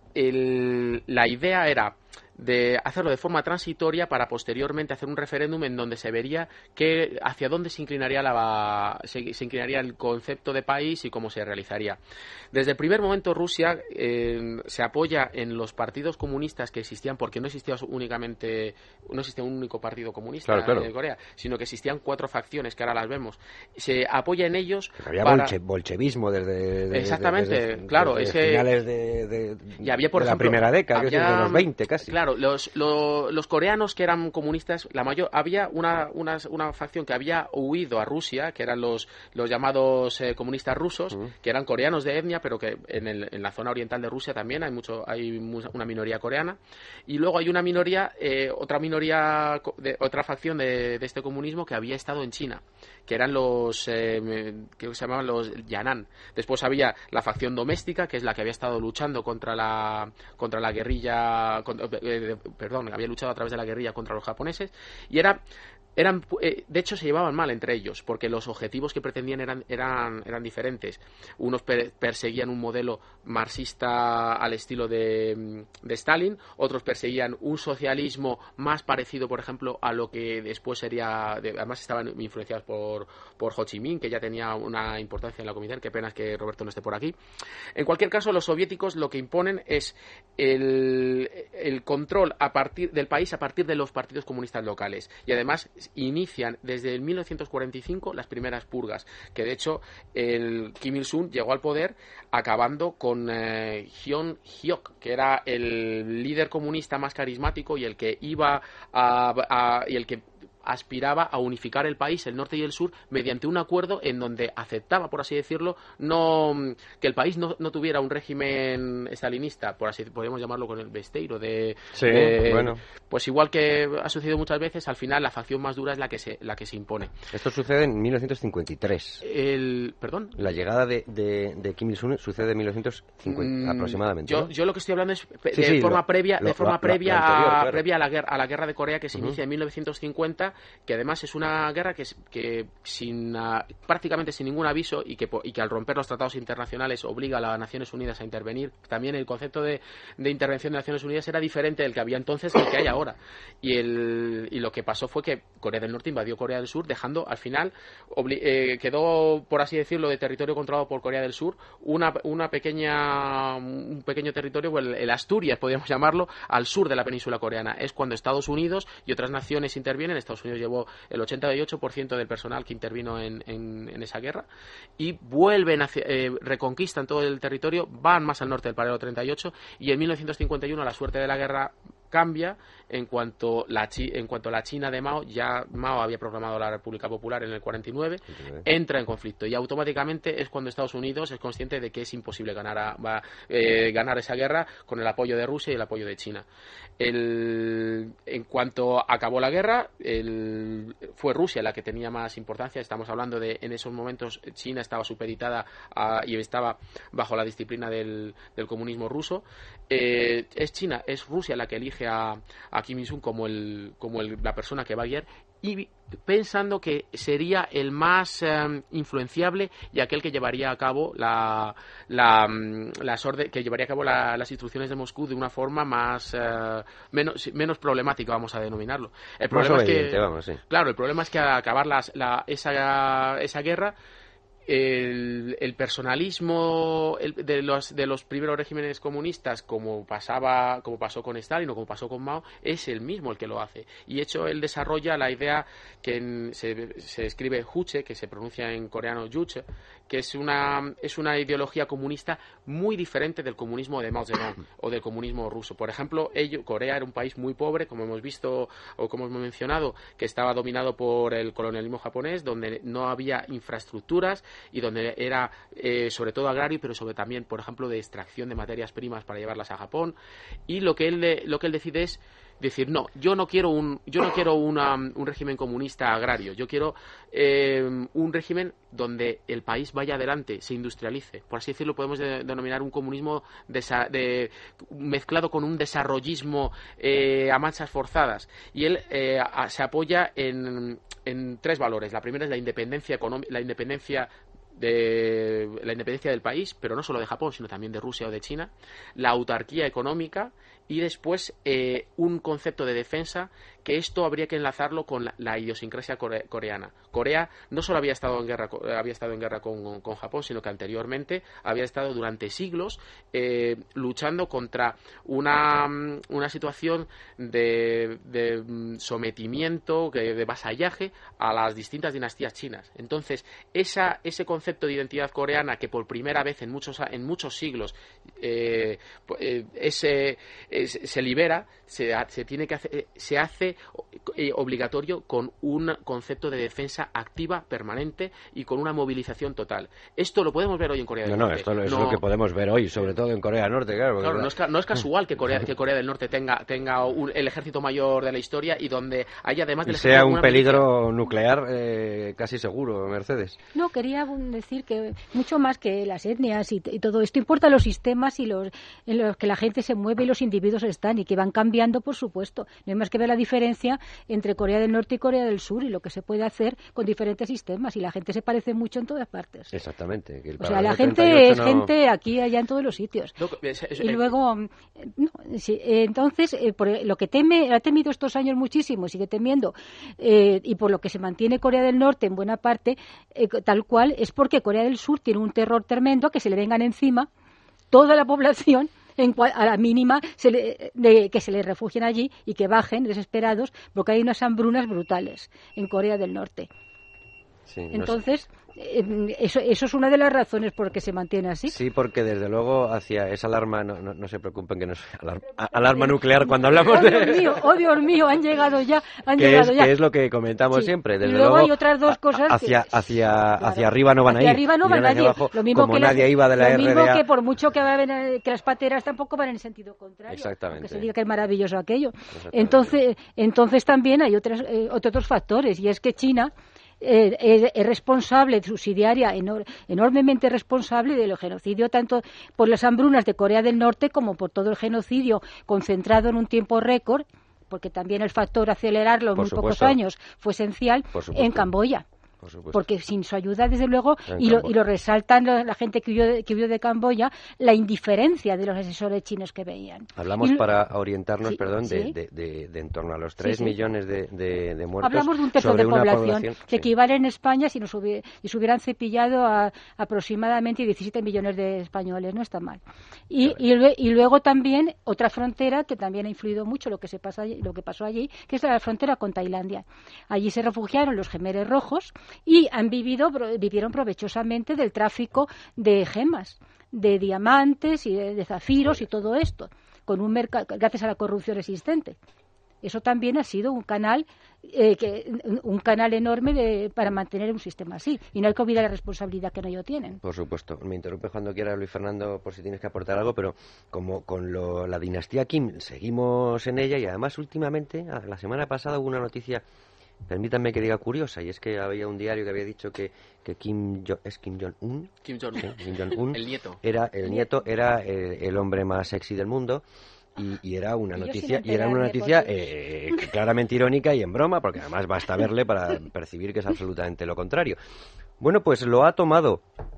el, la idea era de hacerlo de forma transitoria para posteriormente hacer un referéndum en donde se vería que hacia dónde se inclinaría la se, se inclinaría el concepto de país y cómo se realizaría. Desde el primer momento Rusia eh, se apoya en los partidos comunistas que existían, porque no existía únicamente no existía un único partido comunista claro, claro. en Corea, sino que existían cuatro facciones que ahora las vemos. Se apoya en ellos. Pero había para... bolche, bolchevismo desde, desde exactamente, desde, claro, desde ese... finales de, de, y había, por de ejemplo, la primera década, había... que es de los veinte casi. Claro, los, los, los coreanos que eran comunistas, la mayor había una, una, una facción que había huido a Rusia, que eran los, los llamados eh, comunistas rusos, uh-huh. que eran coreanos de etnia, pero que en, el, en la zona oriental de Rusia también hay mucho hay una minoría coreana, y luego hay una minoría, eh, otra minoría, de, otra facción de, de este comunismo que había estado en China, que eran los eh, que se llamaban los Yan'an. Después había la facción doméstica, que es la que había estado luchando contra la contra la guerrilla, contra, eh, perdón, había luchado a través de la guerrilla contra los japoneses, y era eran eh, de hecho se llevaban mal entre ellos, porque los objetivos que pretendían eran eran eran diferentes. Unos per, perseguían un modelo marxista al estilo de, de Stalin, otros perseguían un socialismo más parecido, por ejemplo, a lo que después sería de, además estaban influenciados por por Ho Chi Minh, que ya tenía una importancia en la Comintern. Qué pena es que Roberto no esté por aquí. En cualquier caso, los soviéticos lo que imponen es el, el control a partir del país a partir de los partidos comunistas locales, y además inician desde el mil novecientos cuarenta y cinco las primeras purgas, que de hecho el Kim Il-sung llegó al poder acabando con eh, Hyun Hyok, que era el líder comunista más carismático y el que iba a, a y el que aspiraba a unificar el país, el norte y el sur, mediante un acuerdo en donde aceptaba, por así decirlo, no que el país no, no tuviera un régimen estalinista, por así podemos llamarlo con el besteiro de, sí, de bueno. Pues igual que ha sucedido muchas veces, al final la facción más dura es la que se la que se impone. Esto sucede en mil novecientos cincuenta y tres. El, perdón. La llegada de, de, de Kim Il-sung sucede en mil novecientos cincuenta mm, aproximadamente. Yo, ¿no? yo lo que estoy hablando es de sí, sí, forma lo, previa, lo, de forma lo, previa, lo anterior, a, claro. previa a la guerra a la guerra de Corea, que se uh-huh. inicia en mil novecientos cincuenta, que además es una guerra que, que sin uh, prácticamente sin ningún aviso y que y que al romper los tratados internacionales obliga a las Naciones Unidas a intervenir. También el concepto de, de intervención de Naciones Unidas era diferente del que había entonces al que hay ahora. Y el y lo que pasó fue que Corea del Norte invadió Corea del Sur, dejando al final obli- eh, quedó, por así decirlo, de territorio controlado por Corea del Sur una una pequeña un pequeño territorio, el, el Asturias podríamos llamarlo, al sur de la península coreana. Es cuando Estados Unidos y otras naciones intervienen. Estados Unidos llevó el ochenta y ocho por ciento del personal que intervino en, en, en esa guerra y vuelven hacia, eh, reconquistan todo el territorio, van más al norte del paralelo treinta y ocho y en mil novecientos cincuenta y uno la suerte de la guerra cambia en cuanto la chi, en cuanto la China de Mao, ya Mao había proclamado la República Popular en el cuarenta y nueve, entra en conflicto y automáticamente es cuando Estados Unidos es consciente de que es imposible ganar a, va, eh, ganar esa guerra con el apoyo de Rusia y el apoyo de China. El, en cuanto acabó la guerra, el, fue Rusia la que tenía más importancia. Estamos hablando de en esos momentos China estaba supeditada a, y estaba bajo la disciplina del, del comunismo ruso. Eh, es China, es Rusia la que elige a, a Kim Il-sung como, el, como el, la persona que va a guiar y pensando que sería el más eh, influenciable y aquel que llevaría a cabo la, la, las orde, que llevaría a cabo la, las instrucciones de Moscú de una forma más eh, menos, menos problemática, vamos a denominarlo. El problema más es obediente, que, vamos, sí. Claro, el problema es que al acabar las, la, esa, esa guerra El, el personalismo el, de los de los primeros regímenes comunistas, como pasaba como pasó con Stalin o como pasó con Mao, es el mismo el que lo hace. Y de hecho él desarrolla la idea que en, se, se escribe Juche, que se pronuncia en coreano Juche, que es una es una ideología comunista muy diferente del comunismo de Mao Zedong o del comunismo ruso. Por ejemplo, ello, Corea era un país muy pobre, como hemos visto o como hemos mencionado, que estaba dominado por el colonialismo japonés, donde no había infraestructuras y donde era eh, sobre todo agrario, pero sobre también, por ejemplo, de extracción de materias primas para llevarlas a Japón. Y lo que él de, lo que él decide es decir, no, yo no quiero un yo no quiero una, un régimen comunista agrario, yo quiero eh, un régimen donde el país vaya adelante, se industrialice. Por así decirlo, podemos de, denominar un comunismo desa, de, mezclado con un desarrollismo eh, a marchas forzadas. Y él eh, a, se apoya en, en tres valores. La primera es la independencia económica, la independencia de la independencia del país, pero no solo de Japón, sino también de Rusia o de China, la autarquía económica y después eh, un concepto de defensa, que esto habría que enlazarlo con la, la idiosincrasia core, coreana. Corea no solo había estado en guerra había estado en guerra con, con Japón, sino que anteriormente había estado durante siglos eh, luchando contra una, una situación de, de sometimiento, de vasallaje a las distintas dinastías chinas. Entonces, esa, ese concepto de identidad coreana que por primera vez en muchos, en muchos siglos eh, eh, ese, es, se libera, se, se tiene que hacer, se hace obligatorio con un concepto de defensa activa, permanente y con una movilización total. Esto lo podemos ver hoy en Corea del no, Norte. No, esto es no, lo que podemos ver hoy, sobre todo en Corea del Norte, claro. Claro, no es, no es casual que Corea, que Corea del Norte tenga, tenga un, el ejército mayor de la historia y donde haya además del y sea un peligro milicia. nuclear eh, casi seguro, Mercedes. No, quería decir que mucho más que las etnias y, y todo esto, importa los sistemas y los en los que la gente se mueve y los individuos están y que van cambiando, por supuesto. No hay más que ver la diferencia entre Corea del Norte y Corea del Sur y lo que se puede hacer con diferentes sistemas, y la gente se parece mucho en todas partes. Exactamente. Que el o sea, la gente es no... gente aquí, allá, en todos los sitios. No, es, es, y luego, no, sí, entonces, eh, por lo que teme, ha temido estos años muchísimo, sigue temiendo, eh, y por lo que se mantiene Corea del Norte en buena parte, eh, tal cual, es porque Corea del Sur tiene un terror tremendo, que se le vengan encima toda la población, en cual, a la mínima se le, de, que se les refugien allí y que bajen desesperados, porque hay unas hambrunas brutales en Corea del Norte. Sí, no Entonces, eh, eso, eso es una de las razones por las que se mantiene así. Sí, porque desde luego hacia esa alarma, no, no, no se preocupen que no es alarma, alarma nuclear cuando hablamos oh, de... Dios mío, oh Dios mío, han llegado ya, han que llegado es, ya. Que es lo que comentamos Sí. siempre, desde y luego luego hay otras dos cosas hacia, que, hacia, claro, hacia arriba no van hacia a ir. arriba no va Irán hacia nadie. abajo, Lo mismo como que nadie las, iba de la lo mismo R D A. que por mucho que, va a haber, que las pateras tampoco van en el sentido contrario. Exactamente. Que se diga que es maravilloso aquello. Entonces, entonces también hay otras, eh, otros factores, y es que China Eh, es, es responsable, subsidiaria, enor, enormemente responsable del genocidio, tanto por las hambrunas de Corea del Norte como por todo el genocidio concentrado en un tiempo récord, porque también el factor acelerarlo en muy supuesto. pocos años fue esencial en Camboya. Por porque sin su ayuda, desde luego, en y lo, y lo resaltan la, la gente que huyó, de, que huyó de Camboya, la indiferencia de los asesores chinos que veían. Hablamos y, para orientarnos, sí, perdón, de, sí. de, de, de en torno a los tres sí, sí. millones de, de, de muertos. Hablamos de un tercio sobre de una población, población que sí. equivale en España, si, nos hubiera, si se hubieran cepillado a aproximadamente diecisiete millones de españoles, no está mal. Y, y, y luego también otra frontera que también ha influido mucho lo que, se pasa, lo que pasó allí, que es la frontera con Tailandia. Allí se refugiaron los Jemeres Rojos y han vivido vivieron provechosamente del tráfico de gemas, de diamantes y de, de zafiros y todo esto, con un mercado, gracias a la corrupción existente. Eso también ha sido un canal eh, que un canal enorme de, para mantener un sistema así, y no hay que olvidar la responsabilidad que en ello tienen. Por supuesto. Me interrumpe cuando quiera, Luis Fernando, por si tienes que aportar algo, pero como con lo, la dinastía Kim seguimos en ella, y además últimamente, la semana pasada hubo una noticia, permítanme que diga curiosa, y es que había un diario que había dicho que, que Kim jo, es Kim Jong-un, Kim Jong-un, ¿sí? Kim Jong-un el nieto, era el nieto era el, el hombre más sexy del mundo. Y, y era una noticia y era una noticia eh, claramente irónica y en broma, porque además basta verle para percibir que es absolutamente lo contrario. Bueno, pues lo ha tomado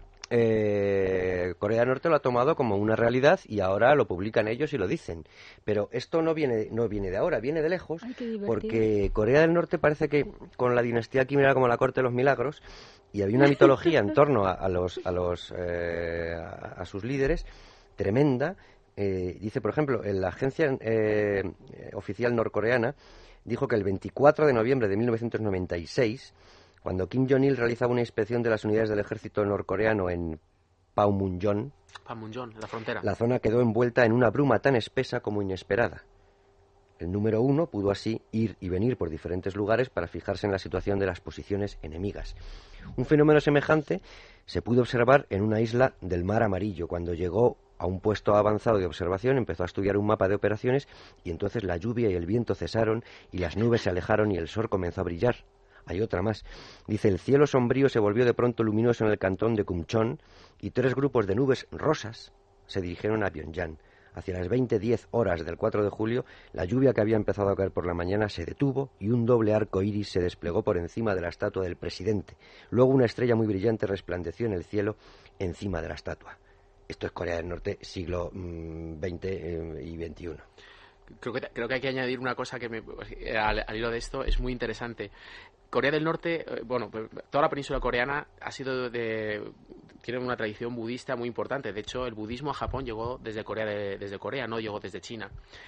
eh, Corea del Norte, lo ha tomado como una realidad y ahora lo publican ellos y lo dicen. Pero esto no viene no viene de ahora, viene de lejos. Ay, porque Corea del Norte parece que con la dinastía Kim era como la corte de los milagros, y había una mitología en torno a, a los a los eh, a, a sus líderes tremenda. Eh, dice, por ejemplo, en la agencia eh, oficial norcoreana dijo que el veinticuatro de noviembre de mil novecientos noventa y seis, cuando Kim Jong-il realizaba una inspección de las unidades del ejército norcoreano en Panmunjom, Panmunjom, la frontera, la zona quedó envuelta en una bruma tan espesa como inesperada. El número uno pudo así ir y venir por diferentes lugares para fijarse en la situación de las posiciones enemigas. Un fenómeno semejante se pudo observar en una isla del Mar Amarillo, cuando llegó a un puesto avanzado de observación, empezó a estudiar un mapa de operaciones y entonces la lluvia y el viento cesaron y las nubes se alejaron y el sol comenzó a brillar. Hay otra más. Dice, el cielo sombrío se volvió de pronto luminoso en el cantón de Kumchon y tres grupos de nubes rosas se dirigieron a Pyongyang. Hacia las veinte diez horas del cuatro de julio, la lluvia que había empezado a caer por la mañana se detuvo y un doble arco iris se desplegó por encima de la estatua del presidente. Luego una estrella muy brillante resplandeció en el cielo encima de la estatua. Esto es Corea del Norte, siglo veinte eh, y veintiuno. Creo que, creo que hay que añadir una cosa que me, al, al hilo de esto es muy interesante. Corea del Norte, bueno, toda la península coreana ha sido de, tiene una tradición budista muy importante. De hecho, el budismo a Japón llegó desde Corea, de, desde Corea, no llegó desde China.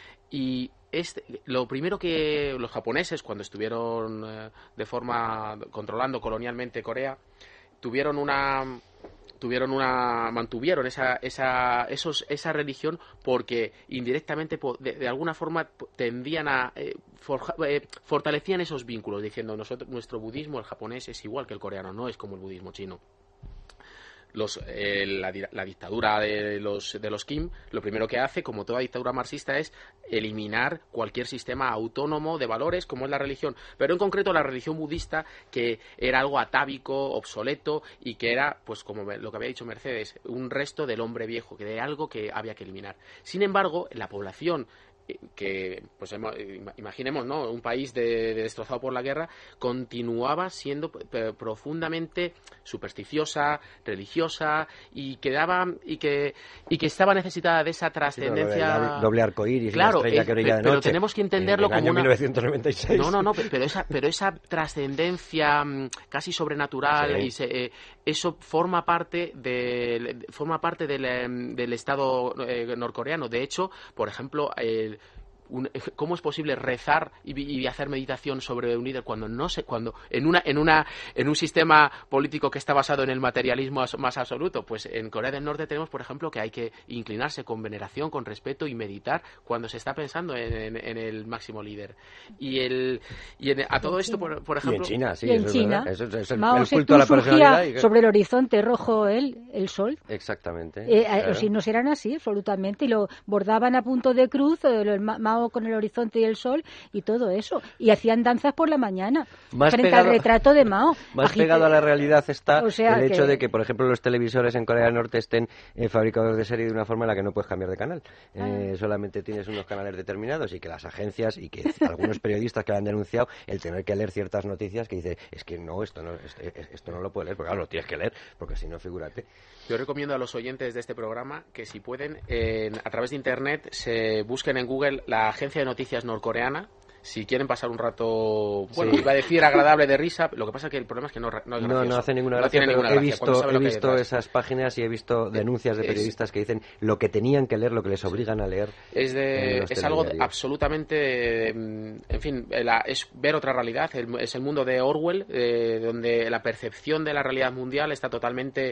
Y este, lo primero que los japoneses, cuando estuvieron eh, de forma controlando colonialmente Corea, tuvieron una tuvieron una mantuvieron esa esa esos esa religión porque indirectamente de, de alguna forma tendían a eh, forja, eh, fortalecían esos vínculos, diciendo nosotros nuestro budismo, el japonés, es igual que el coreano, no es como el budismo chino. Los, eh, la, la dictadura de los, de los Kim, lo primero que hace, como toda dictadura marxista, es eliminar cualquier sistema autónomo de valores como es la religión, pero en concreto la religión budista, que era algo atávico, obsoleto y que era, pues como lo que había dicho Mercedes, un resto del hombre viejo, que de algo que había que eliminar. Sin embargo, la población que, pues imaginemos, ¿no?, un país de, de destrozado por la guerra, continuaba siendo p- profundamente supersticiosa, religiosa y que daba y que y que estaba necesitada de esa trascendencia. Sí, doble, doble arcoíris, claro, la estrella es, que brilla de pero noche, tenemos que entenderlo en el como año una... mil novecientos noventa y seis. No, no, no, pero esa pero esa trascendencia casi sobrenatural, sí. y se, eh, eso forma parte de forma parte del, del Estado eh, norcoreano. De hecho, por ejemplo, el un, ¿cómo es posible rezar y, y hacer meditación sobre un líder cuando no sé, cuando en una, en una, en un sistema político que está basado en el materialismo más absoluto? Pues en Corea del Norte tenemos, por ejemplo, que hay que inclinarse con veneración, con respeto y meditar cuando se está pensando en, en, en el máximo líder. Y el, y en, a todo esto, por, por ejemplo, y en China, sí, y en eso China, es verdad. Eso es el, Mao el culto a la Zedong personalidad. surgía Y... sobre el horizonte rojo el, el sol. Exactamente. Eh, claro. Los signos eran así, absolutamente, y lo bordaban a punto de cruz, el Mao con el horizonte y el sol, y todo eso. Y hacían danzas por la mañana, más frente pegado, al retrato de Mao. Más Agite... pegado a la realidad está o sea, el hecho que... de que, por ejemplo, los televisores en Corea del Norte estén eh, fabricados de serie de una forma en la que no puedes cambiar de canal. Eh, ah. Solamente tienes unos canales determinados y que las agencias y que algunos periodistas que lo han denunciado, el tener que leer ciertas noticias que dice, es que no, esto no, esto, esto no lo puedes leer, porque claro, lo tienes que leer, porque si no, figúrate. Yo recomiendo a los oyentes de este programa que si pueden, eh, a través de internet, se busquen en Google la agencia de noticias norcoreana. Si quieren pasar un rato, bueno, sí. iba a decir agradable de risa, lo que pasa es que el problema es que no, no es gracioso. No, no hace ninguna gracia, no pero ninguna he gracia, visto, he visto esas páginas y he visto denuncias de periodistas es, que dicen lo que tenían que leer, lo que les obligan a leer. Es, de, es algo absolutamente, en fin, la, es ver otra realidad, el, es el mundo de Orwell, eh, donde la percepción de la realidad mundial está totalmente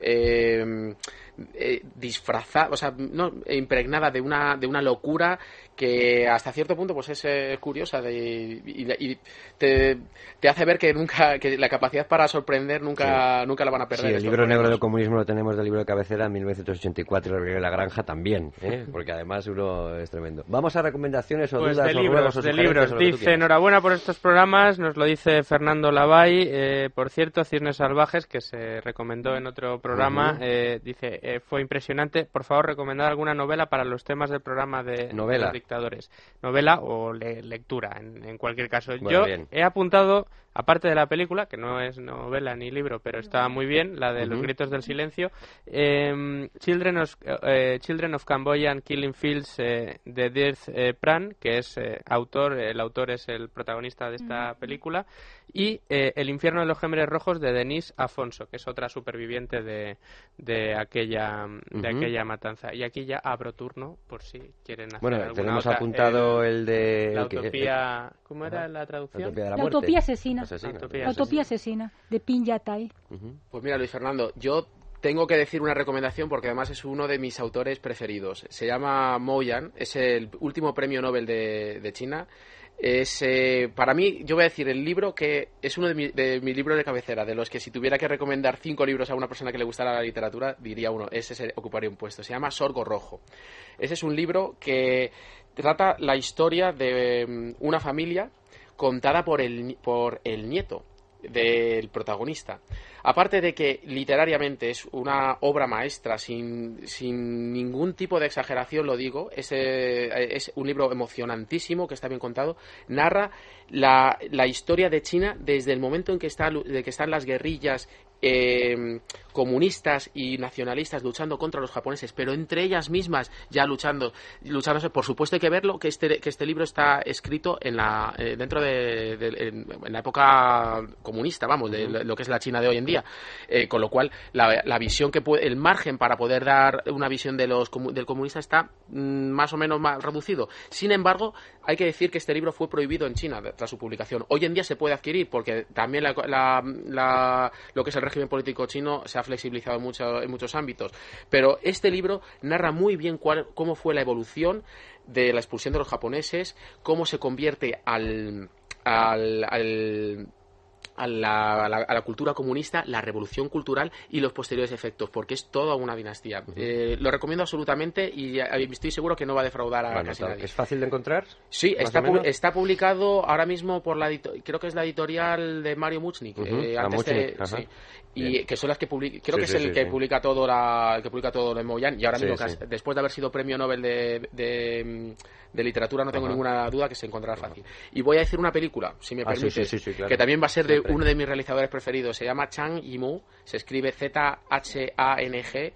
eh, eh, disfrazada, o sea, no, impregnada de una, de una locura que hasta cierto punto pues es eh, curiosa de, y, y te, te hace ver que nunca que la capacidad para sorprender nunca sí. nunca la van a perder. Sí, el libro negro del comunismo lo tenemos del libro de cabecera en mil novecientos ochenta y cuatro, el de La Granja también, ¿eh? Porque además uno es tremendo. Vamos a recomendaciones o pues dudas de o libros, ruegos o de libros. Dice, enhorabuena por estos programas, nos lo dice Fernando Lavay. Eh, por cierto, Cisnes Salvajes, que se recomendó en otro programa, uh-huh. eh, dice, eh, fue impresionante. Por favor, recomendad alguna novela para los temas del programa de novela. Los dictadores. Novela o le, lectura, en, en cualquier caso. Bueno, Yo bien. he apuntado, aparte de la película, que no es novela ni libro, pero está muy bien, la de uh-huh. Los gritos del silencio, eh, Children, of, eh, Children of Cambodian Killing Fields eh, de Dirth eh, Pran, que es eh, autor, el autor es el protagonista de esta uh-huh. película, y eh, El infierno de los Gémeres Rojos de Denise Afonso, que es otra superviviente de, de aquella de uh-huh. aquella matanza. Y aquí ya abro turno por si quieren hacer bueno, alguna tenemos otra. apuntado el, el de... La el que, utopía... el, ¿Cómo era la traducción? La utopía, de la la muerte. utopía asesina. asesina. La utopía, la utopía asesina, de Pin Yatai. Uh-huh. Pues mira, Luis Fernando, yo tengo que decir una recomendación porque además es uno de mis autores preferidos. Se llama Mo Yan, es el último premio Nobel de, de China. Es, eh, para mí, yo voy a decir el libro que es uno de, mi, de mis libros de cabecera, de los que si tuviera que recomendar cinco libros a una persona que le gustara la literatura, diría uno, ese se ocuparía un puesto. Se llama Sorgo Rojo. Ese es un libro que trata la historia de um, una familia contada por el, por el nieto del protagonista. Aparte de que literariamente es una obra maestra, sin, sin ningún tipo de exageración lo digo, es, eh, es un libro emocionantísimo, que está bien contado, narra la, la historia de China desde el momento en que, está, de que están las guerrillas eh, comunistas y nacionalistas luchando contra los japoneses, pero entre ellas mismas ya luchando, luchándose. Por supuesto hay que verlo, que este, que este libro está escrito en la, eh, dentro de, de en, en la época comunista, vamos, de lo que es la China de hoy en día. Eh, con lo cual la, la visión que puede, el margen para poder dar una visión de los del comunista está mm, más o menos más reducido. Sin embargo, hay que decir que este libro fue prohibido en China tras su publicación. Hoy en día se puede adquirir porque también la, la, la, lo que es el régimen político chino se ha flexibilizado en, mucho, en muchos ámbitos, pero este libro narra muy bien cuál, cómo fue la evolución de la expulsión de los japoneses, cómo se convierte al, al, al A la, a, la, a la cultura comunista, la revolución cultural y los posteriores efectos, porque es toda una dinastía. Uh-huh. Eh, lo recomiendo absolutamente y estoy seguro que no va a defraudar a bueno, casi nadie. ¿Es fácil de encontrar? Sí, está, pu- está publicado ahora mismo por la edito- creo que es la editorial de Mario Muchnik, uh-huh. eh, antes Muchnik. de, sí, y Bien. que son las que publica, creo sí, que es sí, el sí, que sí. publica todo la, el que publica todo de Mo Yan, y ahora mismo sí, sí. después de haber sido premio Nobel de, de, de literatura no tengo uh-huh. ninguna duda que se encontrará fácil. Uh-huh. Y voy a decir una película, si me ah, permites, sí, sí, sí, sí, claro. que también va a ser Siempre. de uno de mis realizadores preferidos. Se llama Zhang Yimou, se escribe Z H A N G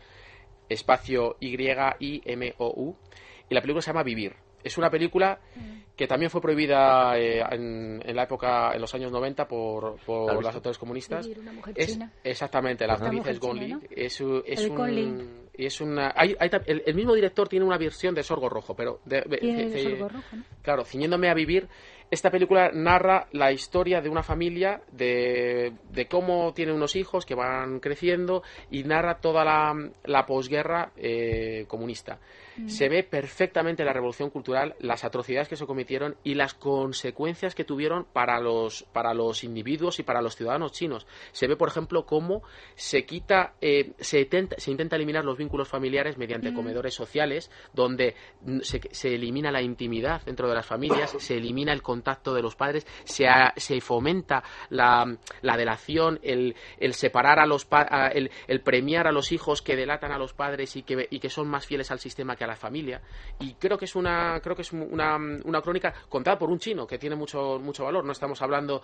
espacio Y I M O U, y la película se llama Vivir. Es una película que también fue prohibida eh, en, en la época, en los años noventa, por, por las autoridades comunistas. Vivir, una mujer es, china. Exactamente, la Ajá. actriz es China, Gong Li. ¿no? Es, es un, Y es una, hay, hay, el, el mismo director tiene una versión de Sorgo Rojo, pero... De, de, ¿Tiene de, Sorgo Rojo, ¿no? Claro, Ciñéndome a vivir, esta película narra la historia de una familia, de, de cómo tiene unos hijos que van creciendo y narra toda la, la posguerra eh, comunista. Mm. Se ve perfectamente la revolución cultural, las atrocidades que se cometieron y las consecuencias que tuvieron para los, para los individuos y para los ciudadanos chinos. Se ve, por ejemplo, cómo se quita, eh, se, intenta, se intenta eliminar los vínculos familiares mediante mm. comedores sociales, donde se, se elimina la intimidad dentro de las familias, se elimina el contacto de los padres, se, a, se fomenta la, la delación, el, el separar a los pa, a, el, el premiar a los hijos que delatan a los padres y que, y que son más fieles al sistema que a la familia. Y creo que es una creo que es una, una crónica contada por un chino que tiene mucho mucho valor. No estamos hablando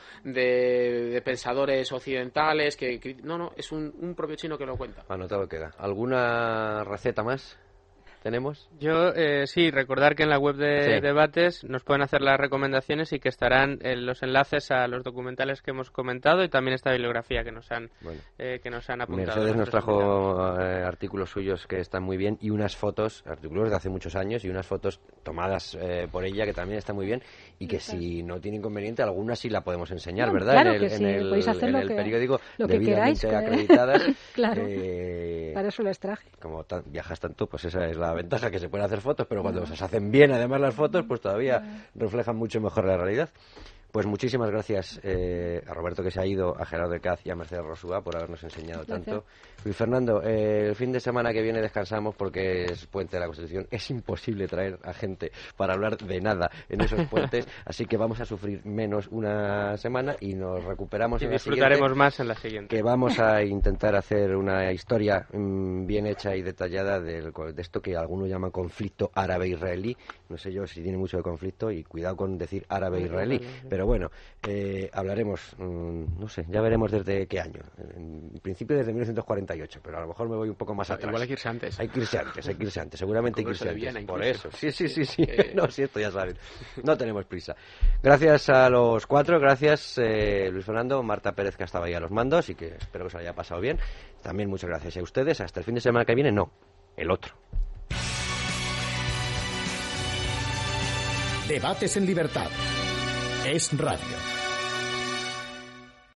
de, de pensadores occidentales que no no es un, un propio chino que lo cuenta. Anotado queda. ¿Alguna receta más tenemos? Yo eh, sí, recordar que en la web de sí. Debates nos pueden hacer las recomendaciones y que estarán eh, los enlaces a los documentales que hemos comentado y también esta bibliografía que nos han bueno. eh, que nos han apuntado. Mercedes nos trajo eh, artículos suyos que están muy bien y unas fotos, artículos de hace muchos años y unas fotos tomadas eh, por ella que también están muy bien y que claro. si no tiene inconveniente alguna sí la podemos enseñar, no, ¿verdad? Claro en el, que en sí, el, podéis hacer en lo el que, periódico lo que debidamente queráis, acreditadas. Claro, eh, para eso las traje. Como ta- viajas tanto, pues esa es la ventaja, que se pueden hacer fotos, pero cuando no. se hacen bien además las fotos, pues todavía no. reflejan mucho mejor la realidad. Pues muchísimas gracias eh, a Roberto, que se ha ido, a Gerardo de Caz y a Mercedes Rosúa por habernos enseñado tanto. Luis Fernando, eh, el fin de semana que viene descansamos porque es Puente de la Constitución. Es imposible traer a gente para hablar de nada en esos puentes, así que vamos a sufrir menos una semana y nos recuperamos y en la siguiente. Y disfrutaremos más en la siguiente. Que vamos a intentar hacer una historia mmm, bien hecha y detallada del, de esto que algunos llaman conflicto árabe-israelí. No sé yo si tiene mucho de conflicto y cuidado con decir árabe-israelí, pero bueno, eh, hablaremos, mmm, no sé, ya veremos desde qué año. En principio desde mil novecientos cuarenta y ocho, pero a lo mejor me voy un poco más atrás. Igual hay que irse antes. Hay que irse antes, hay que irse antes, seguramente hay que irse antes. Por eso, sí, sí, sí, sí. Eh... No, sí, esto ya saben. No tenemos prisa. Gracias a los cuatro, gracias eh, Luis Fernando, Marta Pérez, que estaba ahí a los mandos y que espero que os haya pasado bien. También muchas gracias a ustedes. Hasta el fin de semana que viene, no, el otro. Debates en libertad. Es radio.